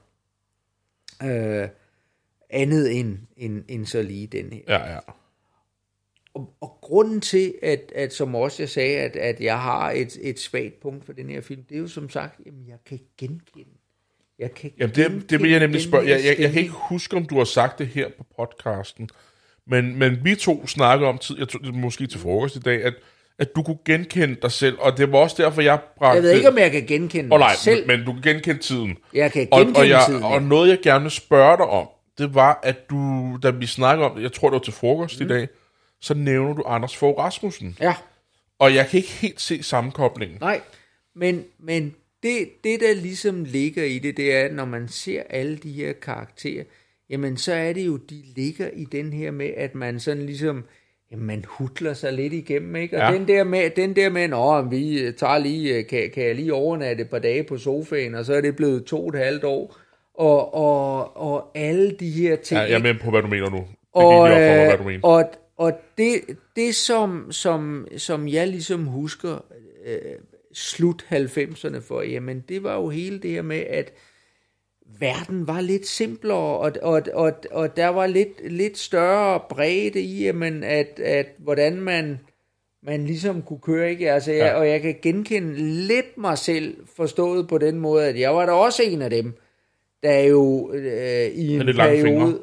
Andet end så lige den her. Ja. Og grunden til, at som også jeg sagde, at jeg har et svagt punkt for den her film, det er jo som sagt, jamen jeg kan genkende. Det vil jeg nemlig spørge. Jeg kan ikke huske, om du har sagt det her på podcasten, men vi to snakkede om måske til frokost i dag, at du kunne genkende dig selv, og det var også derfor, jeg bragte... Jeg ved ikke, om jeg kan genkende mig selv. Men du kan genkende tiden. Jeg kan genkende tiden. Og noget, jeg gerne vil spørge dig om, det var, at du, da vi snakkede om det, jeg tror, det var til frokost i dag, så nævner du Anders Fogh Rasmussen. Ja. Og jeg kan ikke helt se sammenkoblingen. Nej, men det, der ligesom ligger i det, det er, at når man ser alle de her karakterer, jamen så er det jo, de ligger i den her med, at man sådan ligesom, jamen man hutler sig lidt igennem, ikke? Og den der med, vi tager lige, kan jeg lige overnatte et par dage på sofaen, og så er det blevet 2,5 år, og alle de her ting. Ja, jeg er med på, hvad du mener nu. Det gik lige op for mig, hvad du mener. Og det som jeg ligesom husker slut 90'erne for, jamen det var jo hele det her med, at verden var lidt simplere, og der var lidt større bredde i, jamen, at hvordan man ligesom kunne køre, ikke? Altså, og jeg kan genkende lidt mig selv, forstået på den måde, at jeg var da også en af dem, der jo i en periode...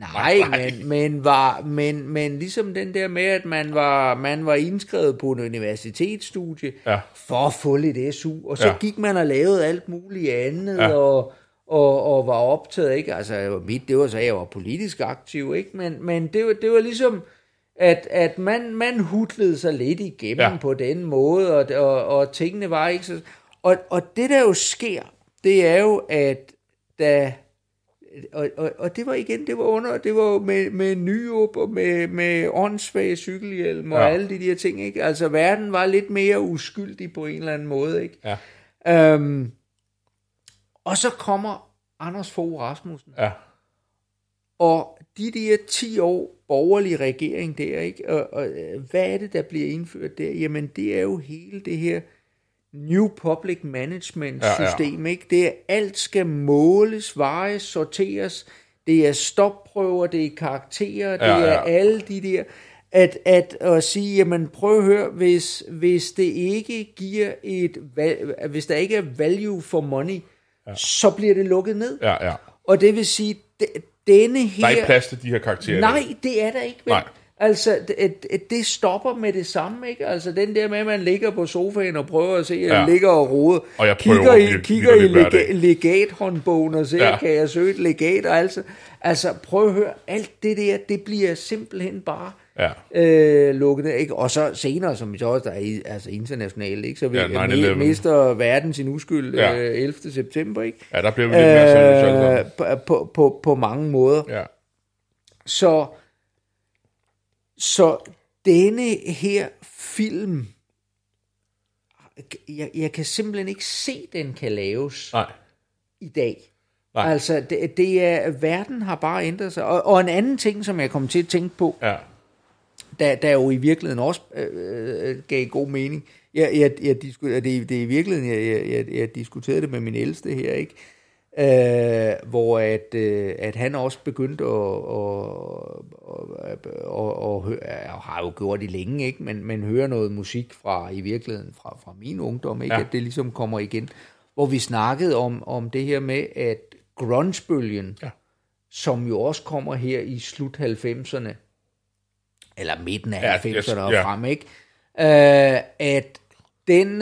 Nej, men ligesom den der med, at man var indskrevet på en universitetsstudie for at få lidt SU, og så gik man og lavede alt muligt andet, og var optaget, ikke? Altså, det var så, jeg var politisk aktiv, ikke? Men det var ligesom, at man hutlede sig lidt igennem på den måde, og tingene var ikke så... Og det, der jo sker, det er jo, at da... Og det var igen, det var med Nyrup og med åndssvage cykelhjelm og alle de der ting, ikke? Altså verden var lidt mere uskyldig på en eller anden måde, ikke? Ja. Og så kommer Anders Fogh Rasmussen. Ja. Og de der 10 år borgerlig regering der, ikke? Og hvad er det, der bliver indført der? Jamen det er jo hele det her New Public Management system, ikke? Det er, alt skal måles, vejes, sorteres, det er stopprøver, det er karakterer, det er alle de der, at sige, jamen prøv at høre, hvis det ikke giver hvis der ikke er value for money, så bliver det lukket ned. Og det vil sige, denne her... Der er ikke plads til de her karakterer. Nej, det er der ikke, vel? Nej. Altså, det stopper med det samme, ikke? Altså, den der med, at man ligger på sofaen og prøver at se, at jeg ligger og roder, og jeg kigger i legathåndbogen og ser, kan jeg søge et legat, og altså, prøv at høre, alt det der, det bliver simpelthen bare lukket, ikke? Og så senere, som vi så også, der er altså internationalt, ikke? Så vi mister verden sin uskyld 11. september, ikke? Ja, der bliver vi lidt mere seriøse. På mange måder. Ja. Så denne her film, jeg kan simpelthen ikke se, den kan laves i dag. Nej. Altså, det er, verden har bare ændret sig. Og en anden ting, som jeg kom til at tænke på, der jo i virkeligheden også gav god mening. Det er i virkeligheden, jeg diskuterede det med min ældste her, ikke? Hvor at han også begyndte at har jo gjort det længe, ikke? Men høre noget musik fra i virkeligheden fra min ungdom, ikke? At det ligesom kommer igen, hvor vi snakkede om det her med at grungebølgen, som jo også kommer her i slut 90'erne eller midten af 90'erne og frem, ikke? At den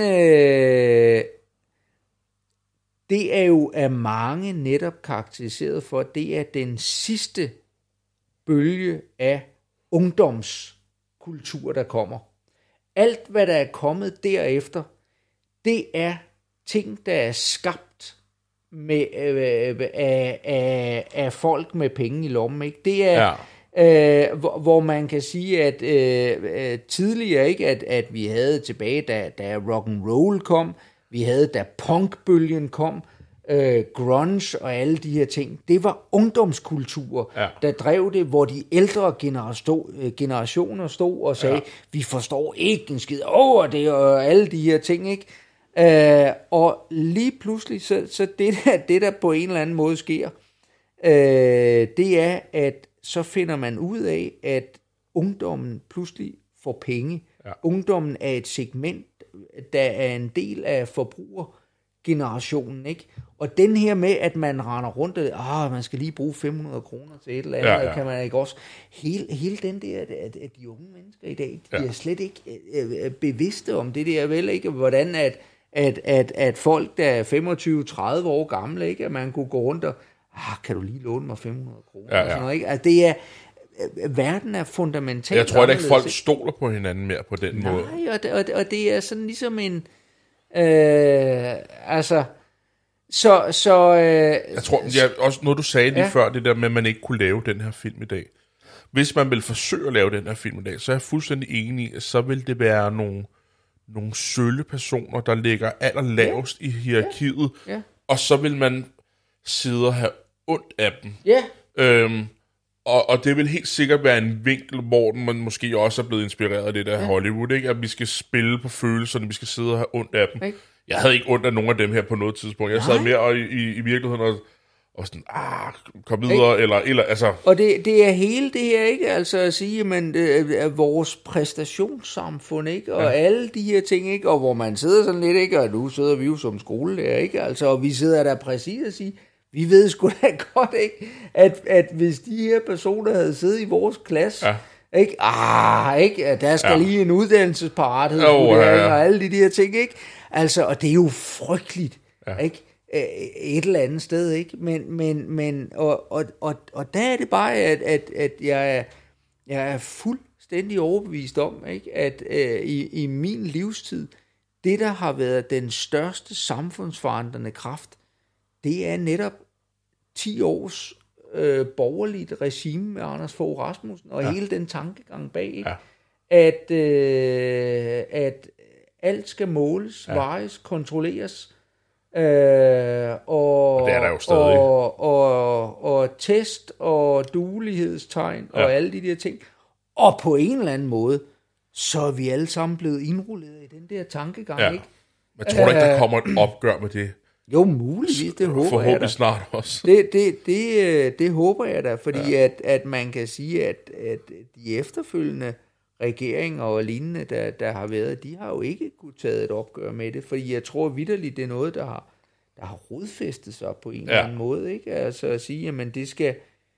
det er jo af mange netop karakteriseret for, at det er den sidste bølge af ungdomskultur, der kommer. Alt, hvad der er kommet derefter, det er ting, der er skabt af folk med penge i lommen, ikke? Det er Hvor man kan sige, at tidligere, ikke, at vi havde tilbage, da rock and roll kom, vi havde, da punkbølgen kom, grunge og alle de her ting, det var ungdomskultur, der drev det, hvor de ældre generationer stod og sagde, vi forstår ikke en skid over det, og alle de her ting, ikke? Og lige pludselig, så det der på en eller anden måde sker, det er, at så finder man ud af, at ungdommen pludselig får penge. Ja. Ungdommen er et segment, der er en del af forbrugergenerationen, ikke? Og den her med, at man render rundt og man skal lige bruge 500 kroner til et eller andet, kan man ikke også. Hele den der, at de unge mennesker i dag, de er slet ikke bevidste om det der, vel, ikke? Hvordan at folk, der er 25-30 år gamle, ikke? At man kunne gå rundt og, kan du lige låne mig 500 kroner? Og sådan noget, ikke? Altså, det er, verden er fundamentalt. Jeg tror ikke, folk stoler på hinanden mere på den måde. Nej, og det er sådan ligesom en, altså, så jeg tror, også noget du sagde lige før, det der med, at man ikke kunne lave den her film i dag. Hvis man vil forsøge at lave den her film i dag, så er jeg fuldstændig enig i, at så vil det være nogle sølle personer, der ligger allerlavest i hierarkiet, og så vil man sidde og have ondt af dem. Og det vil helt sikkert være en vinkel, hvor man måske også er blevet inspireret af det der Hollywood, ikke? At vi skal spille på følelserne, vi skal sidde og have ondt af dem. Jeg havde ikke ondt af nogen af dem her på noget tidspunkt. Jeg sad mere i virkeligheden og sådan, kom videre, eller altså. Og det er hele det her, ikke? Altså at sige, men vores præstationssamfund, ikke? Og alle de her ting, ikke? Og hvor man sidder sådan lidt, ikke? Og nu sidder vi jo som skole der, ikke? Altså, og vi sidder der præcis og siger, vi ved sgu da godt, ikke? At hvis de her personer havde siddet i vores klasse, ikke? Ikke? Der skal lige en uddannelsesparathed, og alle de her ting, ikke? Altså, og det er jo frygteligt, ikke? Et eller andet sted, ikke? Men og der er det bare, at jeg er fuldstændig overbevist om, ikke? At i min livstid, det der har været den største samfundsforandrende kraft, det er netop 10 års borgerligt regime med Anders Fogh Rasmussen, og hele den tankegang bag, ikke? At alt skal måles, vejes, kontrolleres, og det er der jo stadig. Og test og duelighedstegn og alle de der ting. Og på en eller anden måde, så er vi alle sammen blevet indrulleret i den der tankegang, ikke? Men tror du ikke, der kommer et opgør med det? Jo, muligvis, det håber jeg da. Forhåbentlig snart også. Det håber jeg da, fordi at man kan sige, at de efterfølgende regeringer og lignende, der har været, de har jo ikke kunne tage et opgør med det, fordi jeg tror vitterligt, det er noget, der har rodfæstet sig på en eller anden måde, ikke? Altså at sige, jamen det skal,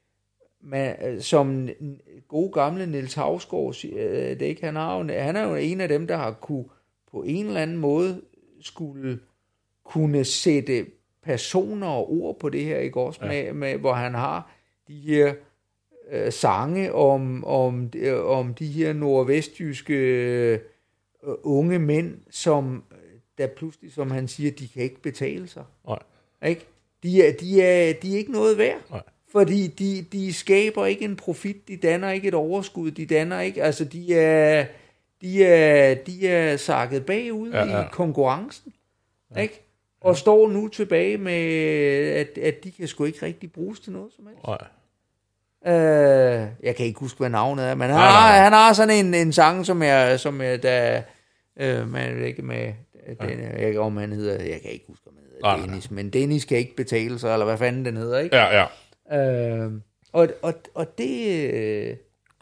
som gode gamle Niels Hausgaard, det ikke, han er jo en af dem, der har kunne på en eller anden måde skulle kunne sætte personer og ord på det her, ikke også, med hvor han har de her sange om de her nordvestjyske unge mænd, som der pludselig, som han siger, de kan ikke betale sig. Nej. Ikke? De er ikke noget værd. Nej. Fordi de skaber ikke en profit, de danner ikke et overskud, de danner ikke, altså de er sakket bagud i konkurrencen. Ikke? Og står nu tilbage med, at de kan sgu ikke rigtig bruges til noget som helst. Nej. Jeg kan ikke huske, hvad navnet er, men han har sådan en sang, som jeg der, man ikke med, den, om han hedder, jeg kan ikke huske, om han hedder Dennis, men Dennis kan ikke betale sig, eller hvad fanden den hedder, ikke? Og det,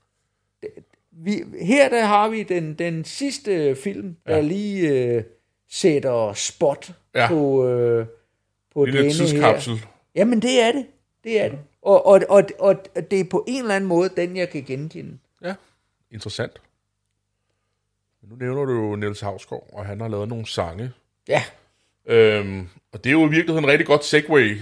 her der har vi den sidste film, der lige sætter spot på denne tidskapsel. Her. Jamen det er det. Og det er på en eller anden måde den, jeg kan genkende. Ja, interessant. Nu nævner du jo Niels Hausgaard, og han har lavet nogle sange. Ja. Og det er jo i virkeligheden en rigtig godt segue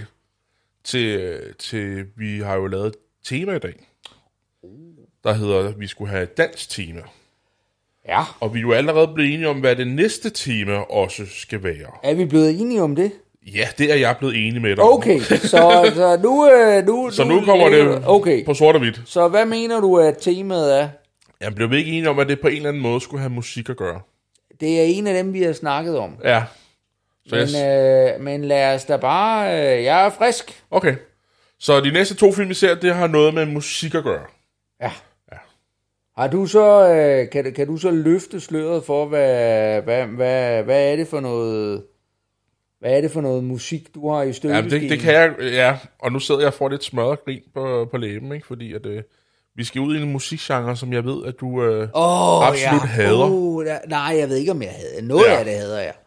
til vi har jo lavet et tema i dag, der hedder, at vi skulle have et dansk tema. Ja. Og vi er jo allerede blevet enige om, hvad det næste tema også skal være. Er vi blevet enige om det? Ja, det er jeg blevet enig med dig Okay, så nu... Så nu kommer det på sort og hvidt. Så hvad mener du, at temaet er? Jeg blev ikke enig om, at det på en eller anden måde skulle have musik at gøre. Det er en af dem, vi har snakket om. Ja. Men lad os da bare... jeg er frisk. Okay. Så de næste 2 film, vi ser, det har noget med musik at gøre. Ja. Har du så... kan du så løfte sløret for, hvad er det for noget... Hvad er det for noget musik, du har i støbeskeen? Ja, det kan jeg, ja. Og nu sidder jeg og får lidt smørret grin på læben, ikke? Fordi at, vi skal ud i en musikgenre, som jeg ved, at du absolut hader. Nej, jeg ved ikke, om jeg hader. Noget af det hader jeg.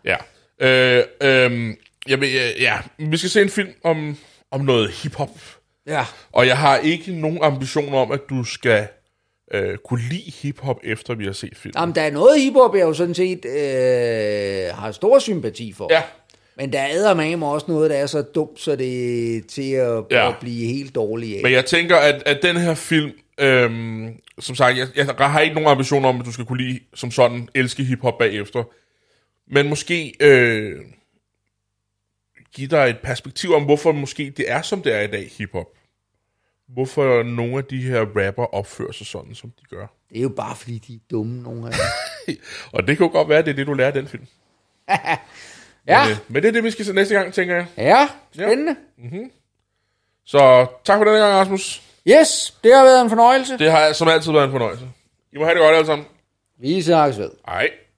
Ja. Vi skal se en film om noget hiphop. Ja. Og jeg har ikke nogen ambition om, at du skal kunne lide hiphop, efter vi har set filmen. Jamen, der er noget hiphop, jeg jo sådan set har stor sympati for. Ja. Men der er med også noget, der er så dumt, så det er til at blive helt dårlig af. Men jeg tænker, at den her film, som sagt, jeg har ikke nogen ambition om, at du skal kunne lide som sådan elske hiphop bagefter. Men måske give dig et perspektiv om, hvorfor måske det er, som det er i dag, hiphop. Hvorfor nogle af de her rapper opfører sig sådan, som de gør. Det er jo bare, fordi de er dumme, nogle af dem. Og det kan jo godt være, det er det, du lærer af den film. Ja. Men det er det, vi skal se næste gang, tænker jeg. Ja, spændende. Ja. Mm-hmm. Så tak for denne gang, Rasmus. Yes, det har været en fornøjelse. Det har som altid været en fornøjelse. I må have det godt alle sammen. Vi ses ved. Hej.